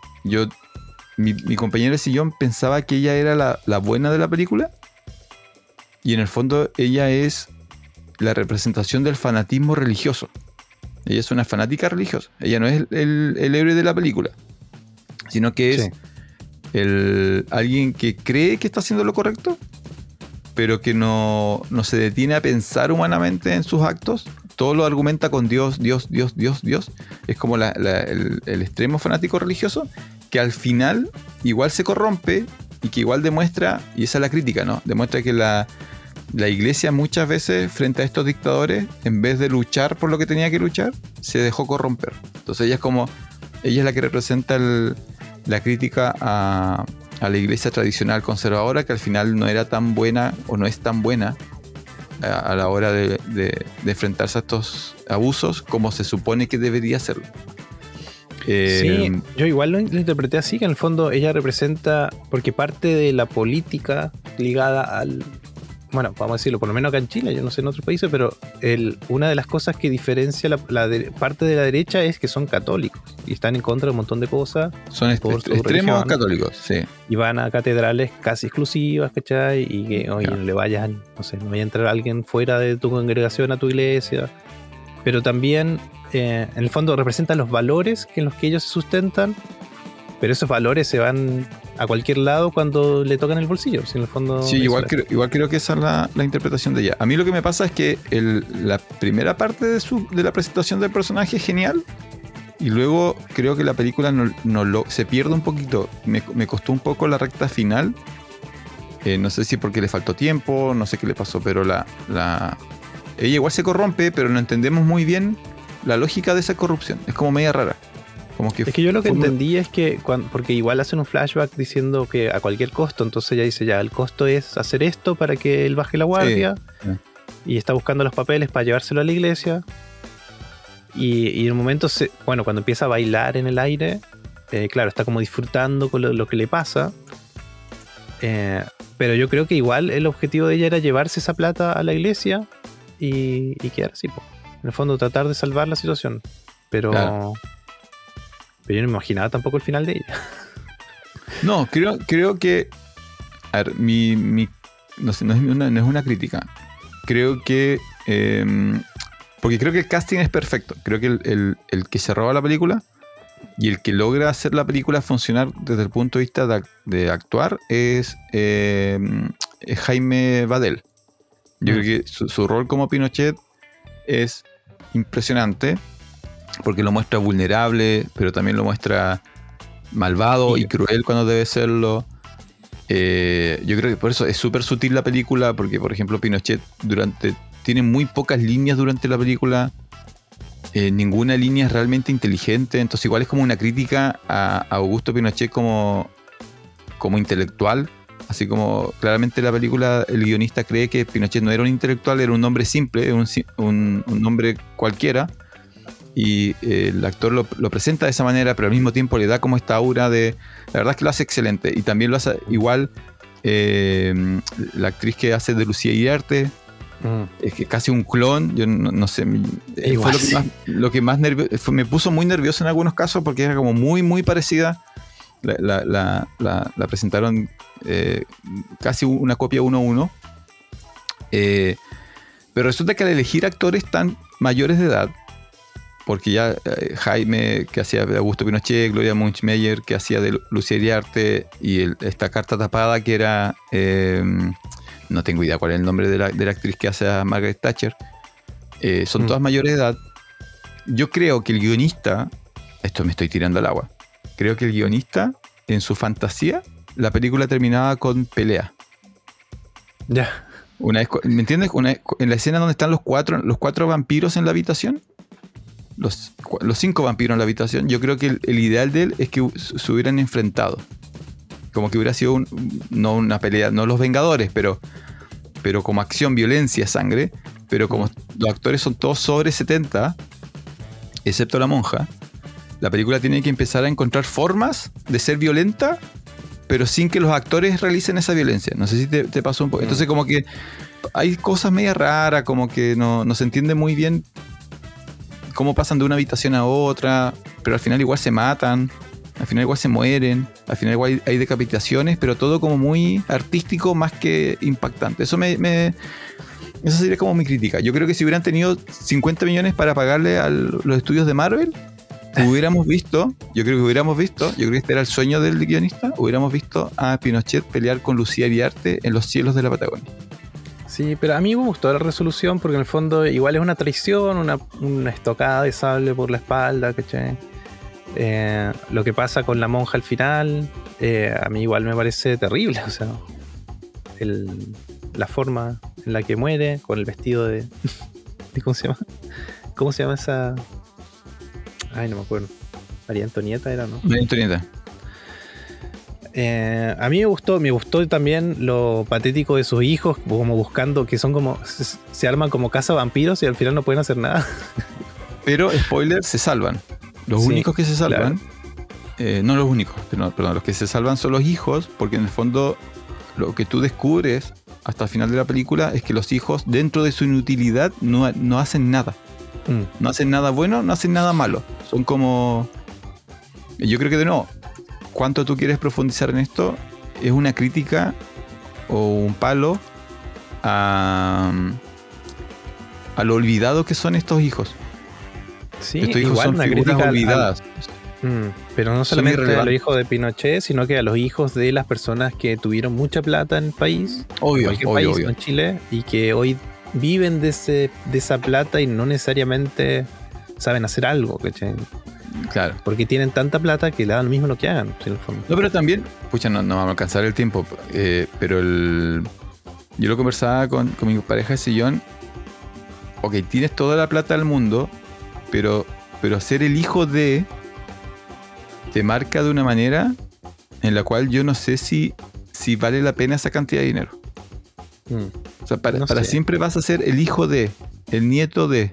Mi compañera de sillón pensaba que ella era la buena de la película, y en el fondo ella es la representación del fanatismo religioso. Ella es una fanática religiosa. Ella no es el héroe de la película, sino que es alguien que cree que está haciendo lo correcto, pero que no se detiene a pensar humanamente en sus actos. Todo lo argumenta con Dios. Es como el extremo fanático religioso, que al final igual se corrompe, y que igual demuestra, y esa es la crítica, ¿no? Demuestra que la iglesia muchas veces, frente a estos dictadores, en vez de luchar por lo que tenía que luchar, se dejó corromper. Entonces ella es la que representa la crítica a la iglesia tradicional conservadora, que al final no era tan buena, o no es tan buena a la hora de enfrentarse a estos abusos como se supone que debería serlo. Sí, yo igual lo interpreté así, que en el fondo ella representa, porque parte de la política ligada al... Bueno, vamos a decirlo, por lo menos acá en Chile, yo no sé en otros países, pero una de las cosas que diferencia parte de la derecha es que son católicos y están en contra de un montón de cosas. Son extremos católicos, sí. Y van a catedrales casi exclusivas, ¿cachai? Y que, oye, no le vayas, no sé, no vaya a entrar alguien fuera de tu congregación a tu iglesia. Pero también, en el fondo, representan los valores en los que ellos se sustentan, Pero esos valores se van a cualquier lado cuando le tocan el bolsillo, si en el fondo... Sí, igual creo que esa es la interpretación de ella. A mí lo que me pasa es que la primera parte de la presentación del personaje es genial, y luego creo que la película se pierde un poquito. Me costó un poco la recta final. No sé si porque le faltó tiempo, no sé qué le pasó, pero ella igual se corrompe, pero no entendemos muy bien la lógica de esa corrupción. Es como media rara. Es que yo lo que entendí es que, porque igual hacen un flashback diciendo que a cualquier costo, entonces ella dice, ya, el costo es hacer esto para que él baje la guardia, y está buscando los papeles para llevárselo a la iglesia, y en un momento, cuando empieza a bailar en el aire, claro, está como disfrutando con lo que le pasa, pero yo creo que igual el objetivo de ella era llevarse esa plata a la iglesia y quedar así, po. En el fondo tratar de salvar la situación, pero... Claro. Pero yo no me imaginaba tampoco el final de ella. No, creo que... A ver, no sé, no es una crítica. Creo que... porque creo que el casting es perfecto. Creo que el que se roba la película y el que logra hacer la película funcionar desde el punto de vista de actuar es Jaime Badel. Yo creo que su rol como Pinochet es impresionante, porque lo muestra vulnerable, pero también lo muestra malvado y cruel cuando debe serlo. Yo creo que por eso es súper sutil la película, porque por ejemplo Pinochet tiene muy pocas líneas durante la película. Ninguna línea es realmente inteligente, entonces igual es como una crítica a Augusto Pinochet como intelectual. Así como claramente la película, el guionista cree que Pinochet no era un intelectual, era un hombre simple, un hombre cualquiera. Y el actor lo presenta de esa manera, pero al mismo tiempo le da como esta aura de... La verdad es que lo hace excelente. Y también lo hace igual la actriz que hace de Lucía Iriarte. Es que casi un clon. Yo no sé. Fue lo que más me puso muy nervioso en algunos casos, porque era como muy, muy parecida. La presentaron casi una copia 1-1. Pero resulta que al elegir actores tan mayores de edad, porque ya Jaime, que hacía de Augusto Pinochet, Gloria Munchmeyer, que hacía de Lucía Iriarte, y esta carta tapada que era... no tengo idea cuál es el nombre de la actriz que hace a Margaret Thatcher. Son todas mayores de edad. Yo creo que el guionista... Esto me estoy tirando al agua. Creo que el guionista, en su fantasía, la película terminaba con pelea. Ya. ¿Me entiendes? En la escena donde están los cuatro vampiros en la habitación... Los 5 vampiros en la habitación, yo creo que el ideal de él es que se hubieran enfrentado. Como que hubiera sido no una pelea, no los Vengadores, pero como acción, violencia, sangre. Pero como los actores son todos sobre 70, excepto la monja, la película tiene que empezar a encontrar formas de ser violenta, pero sin que los actores realicen esa violencia. No sé si te pasó un poco. Entonces como que hay cosas medio raras, como que no se entiende muy bien cómo pasan de una habitación a otra, pero al final igual se matan, al final igual se mueren, al final igual hay decapitaciones, pero todo como muy artístico más que impactante. Eso sería como mi crítica. Yo creo que si hubieran tenido 50 millones para pagarle a los estudios de Marvel, yo creo que este era el sueño del guionista, hubiéramos visto a Pinochet pelear con Lucía Iriarte en los cielos de la Patagonia. Sí, pero a mí me gustó la resolución porque en el fondo igual es una traición, una estocada de sable por la espalda, ¿cachai? Lo que pasa con la monja al final, a mí igual me parece terrible, o sea, la forma en la que muere, con el vestido de ¿cómo se llama? ¿Cómo se llama esa? Ay, no me acuerdo. María Antonieta era, ¿no? María Antonieta. A mí me gustó también lo patético de sus hijos, como buscando, que son como, se arman como cazavampiros y al final no pueden hacer nada. Pero, spoiler, se salvan. Los únicos que se salvan, claro. No los únicos, perdón, los que se salvan son los hijos, porque en el fondo lo que tú descubres hasta el final de la película es que los hijos, dentro de su inutilidad, no hacen nada. No hacen nada bueno, no hacen nada malo. Son como... Yo creo que de nuevo, ¿cuánto tú quieres profundizar en esto? Es una crítica o un palo a lo olvidado que son estos hijos. Sí, estos hijos igual son una figuras crítica olvidadas. Pero no Son solamente a los irrelevantes. hijos de Pinochet, sino que a los hijos de las personas que tuvieron mucha plata en el país, en Obvio, cualquier obvio, país, obvio. no en Chile, y que hoy viven de esa plata y no necesariamente saben hacer algo, ¿cachai? Claro. Porque tienen tanta plata que le dan lo mismo lo que hagan, en el fondo. No, pero también, pucha, no vamos a alcanzar el tiempo, pero yo lo conversaba con mi pareja de sillón. Ok, tienes toda la plata del mundo, pero ser el hijo de te marca de una manera en la cual yo no sé si vale la pena esa cantidad de dinero. O sea, para sé. siempre vas a ser el hijo de, el nieto de.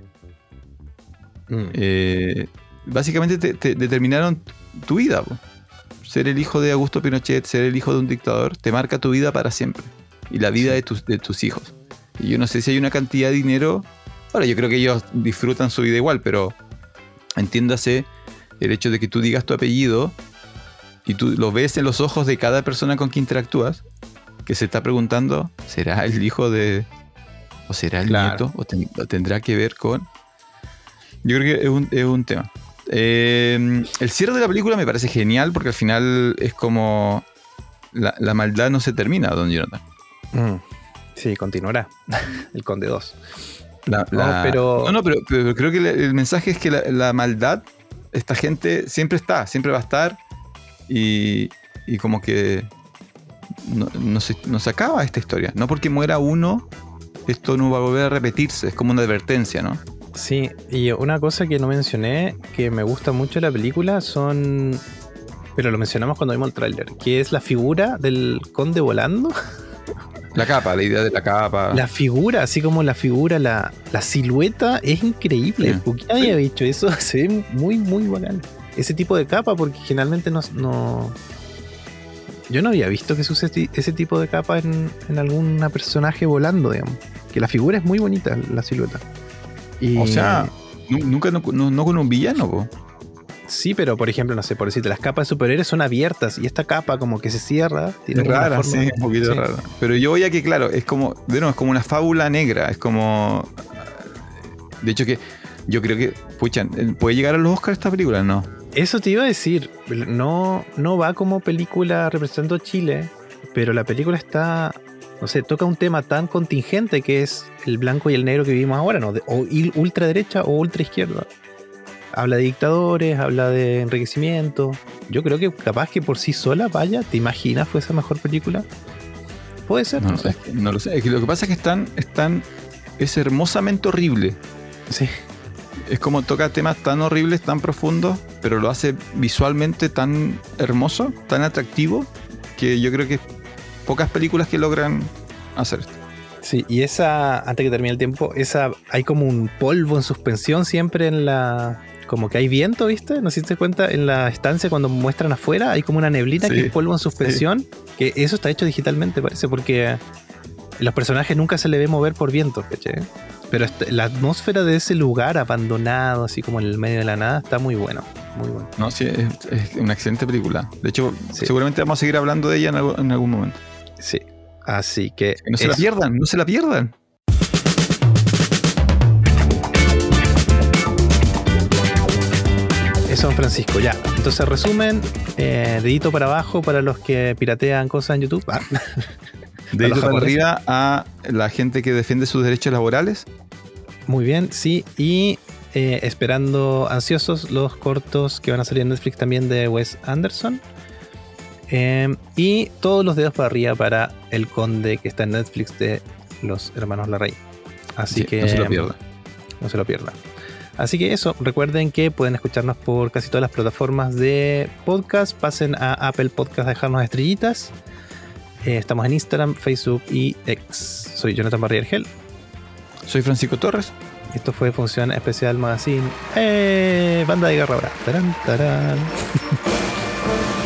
Básicamente te determinaron tu vida, po. Ser el hijo de Augusto Pinochet, ser el hijo de un dictador, te marca tu vida para siempre. Y la vida de tus hijos. Y yo no sé si hay una cantidad de dinero. Ahora, yo creo que ellos disfrutan su vida igual, pero entiéndase el hecho de que tú digas tu apellido y tú lo ves en los ojos de cada persona con quien interactúas, que se está preguntando, ¿será el hijo de... o será el nieto? ¿O tendrá que ver con...? Yo creo que es un tema. El cierre de la película me parece genial porque al final es como... La maldad no se termina, don Jonathan. Sí, continuará. El Conde 2. Pero creo que el mensaje es que la maldad, esta gente siempre va a estar y como que no se acaba esta historia. No porque muera uno, esto no va a volver a repetirse. Es como una advertencia, ¿no? Sí, y una cosa que no mencioné, que me gusta mucho de la película, pero lo mencionamos cuando vimos el tráiler, que es la figura del conde volando. La capa, la idea de la capa. La figura, así como la figura, la silueta es increíble. Sí. Porque nadie había dicho eso, se ve muy, muy bacán. Ese tipo de capa, porque generalmente no... Yo no había visto que se use ese tipo de capa en algún personaje volando, digamos. Que la figura es muy bonita, la silueta. O sea, nunca no con un villano, po. Sí, pero por ejemplo, no sé, por decirte, las capas de superhéroes son abiertas y esta capa como que se cierra. Tiene Es una rara, forma, sí, un poquito rara. Pero yo voy a que, claro, es como una fábula negra. Es como... De hecho que yo creo que, pucha, ¿puede llegar a los Oscars esta película? No. Eso te iba a decir. No va como película representando a Chile, pero la película está... No sé, toca un tema tan contingente que es el blanco y el negro que vivimos ahora, ¿no? O ultraderecha o ultraizquierda. Habla de dictadores, habla de enriquecimiento. Yo creo que capaz que por sí sola, vaya, ¿te imaginas fuese la mejor película? Puede ser. No lo sé. Es que lo que pasa es que es hermosamente horrible. Sí. Es como toca temas tan horribles, tan profundos, pero lo hace visualmente tan hermoso, tan atractivo, que yo creo que pocas películas que logran hacer esto. Sí, y esa, antes que termine el tiempo, hay como un polvo en suspensión siempre en la... Como que hay viento, ¿viste? No sé si te das cuenta, en la estancia cuando muestran afuera hay como una neblina, sí, que es polvo en suspensión, sí. Que eso está hecho digitalmente, parece, porque los personajes nunca se le ve mover por viento, ¿cachai? Pero la atmósfera de ese lugar abandonado, así como en el medio de la nada, está muy bueno, muy bueno. No, sí, es una excelente película. De hecho, sí, seguramente vamos a seguir hablando de ella en algún momento. Sí, así que... No se la pierdan, no se la pierdan. Eso, don Francisco, ya. Entonces, resumen, dedito para abajo para los que piratean cosas en YouTube. Dedito para arriba a la gente que defiende sus derechos laborales. Muy bien, sí. Y esperando ansiosos los cortos que van a salir en Netflix también de Wes Anderson. Y todos los dedos para arriba para El Conde, que está en Netflix, de los hermanos Larraín. Así sí, que no se lo pierdan. No se lo pierdan. Así que eso, recuerden que pueden escucharnos por casi todas las plataformas de podcast. Pasen a Apple Podcast a dejarnos estrellitas. Estamos en Instagram, Facebook y X. Soy Jonathan Barrier-Gel. Soy Francisco Torres. Esto fue Función Especial Magazine. Banda de Guerra ahora. Tarán, tarán.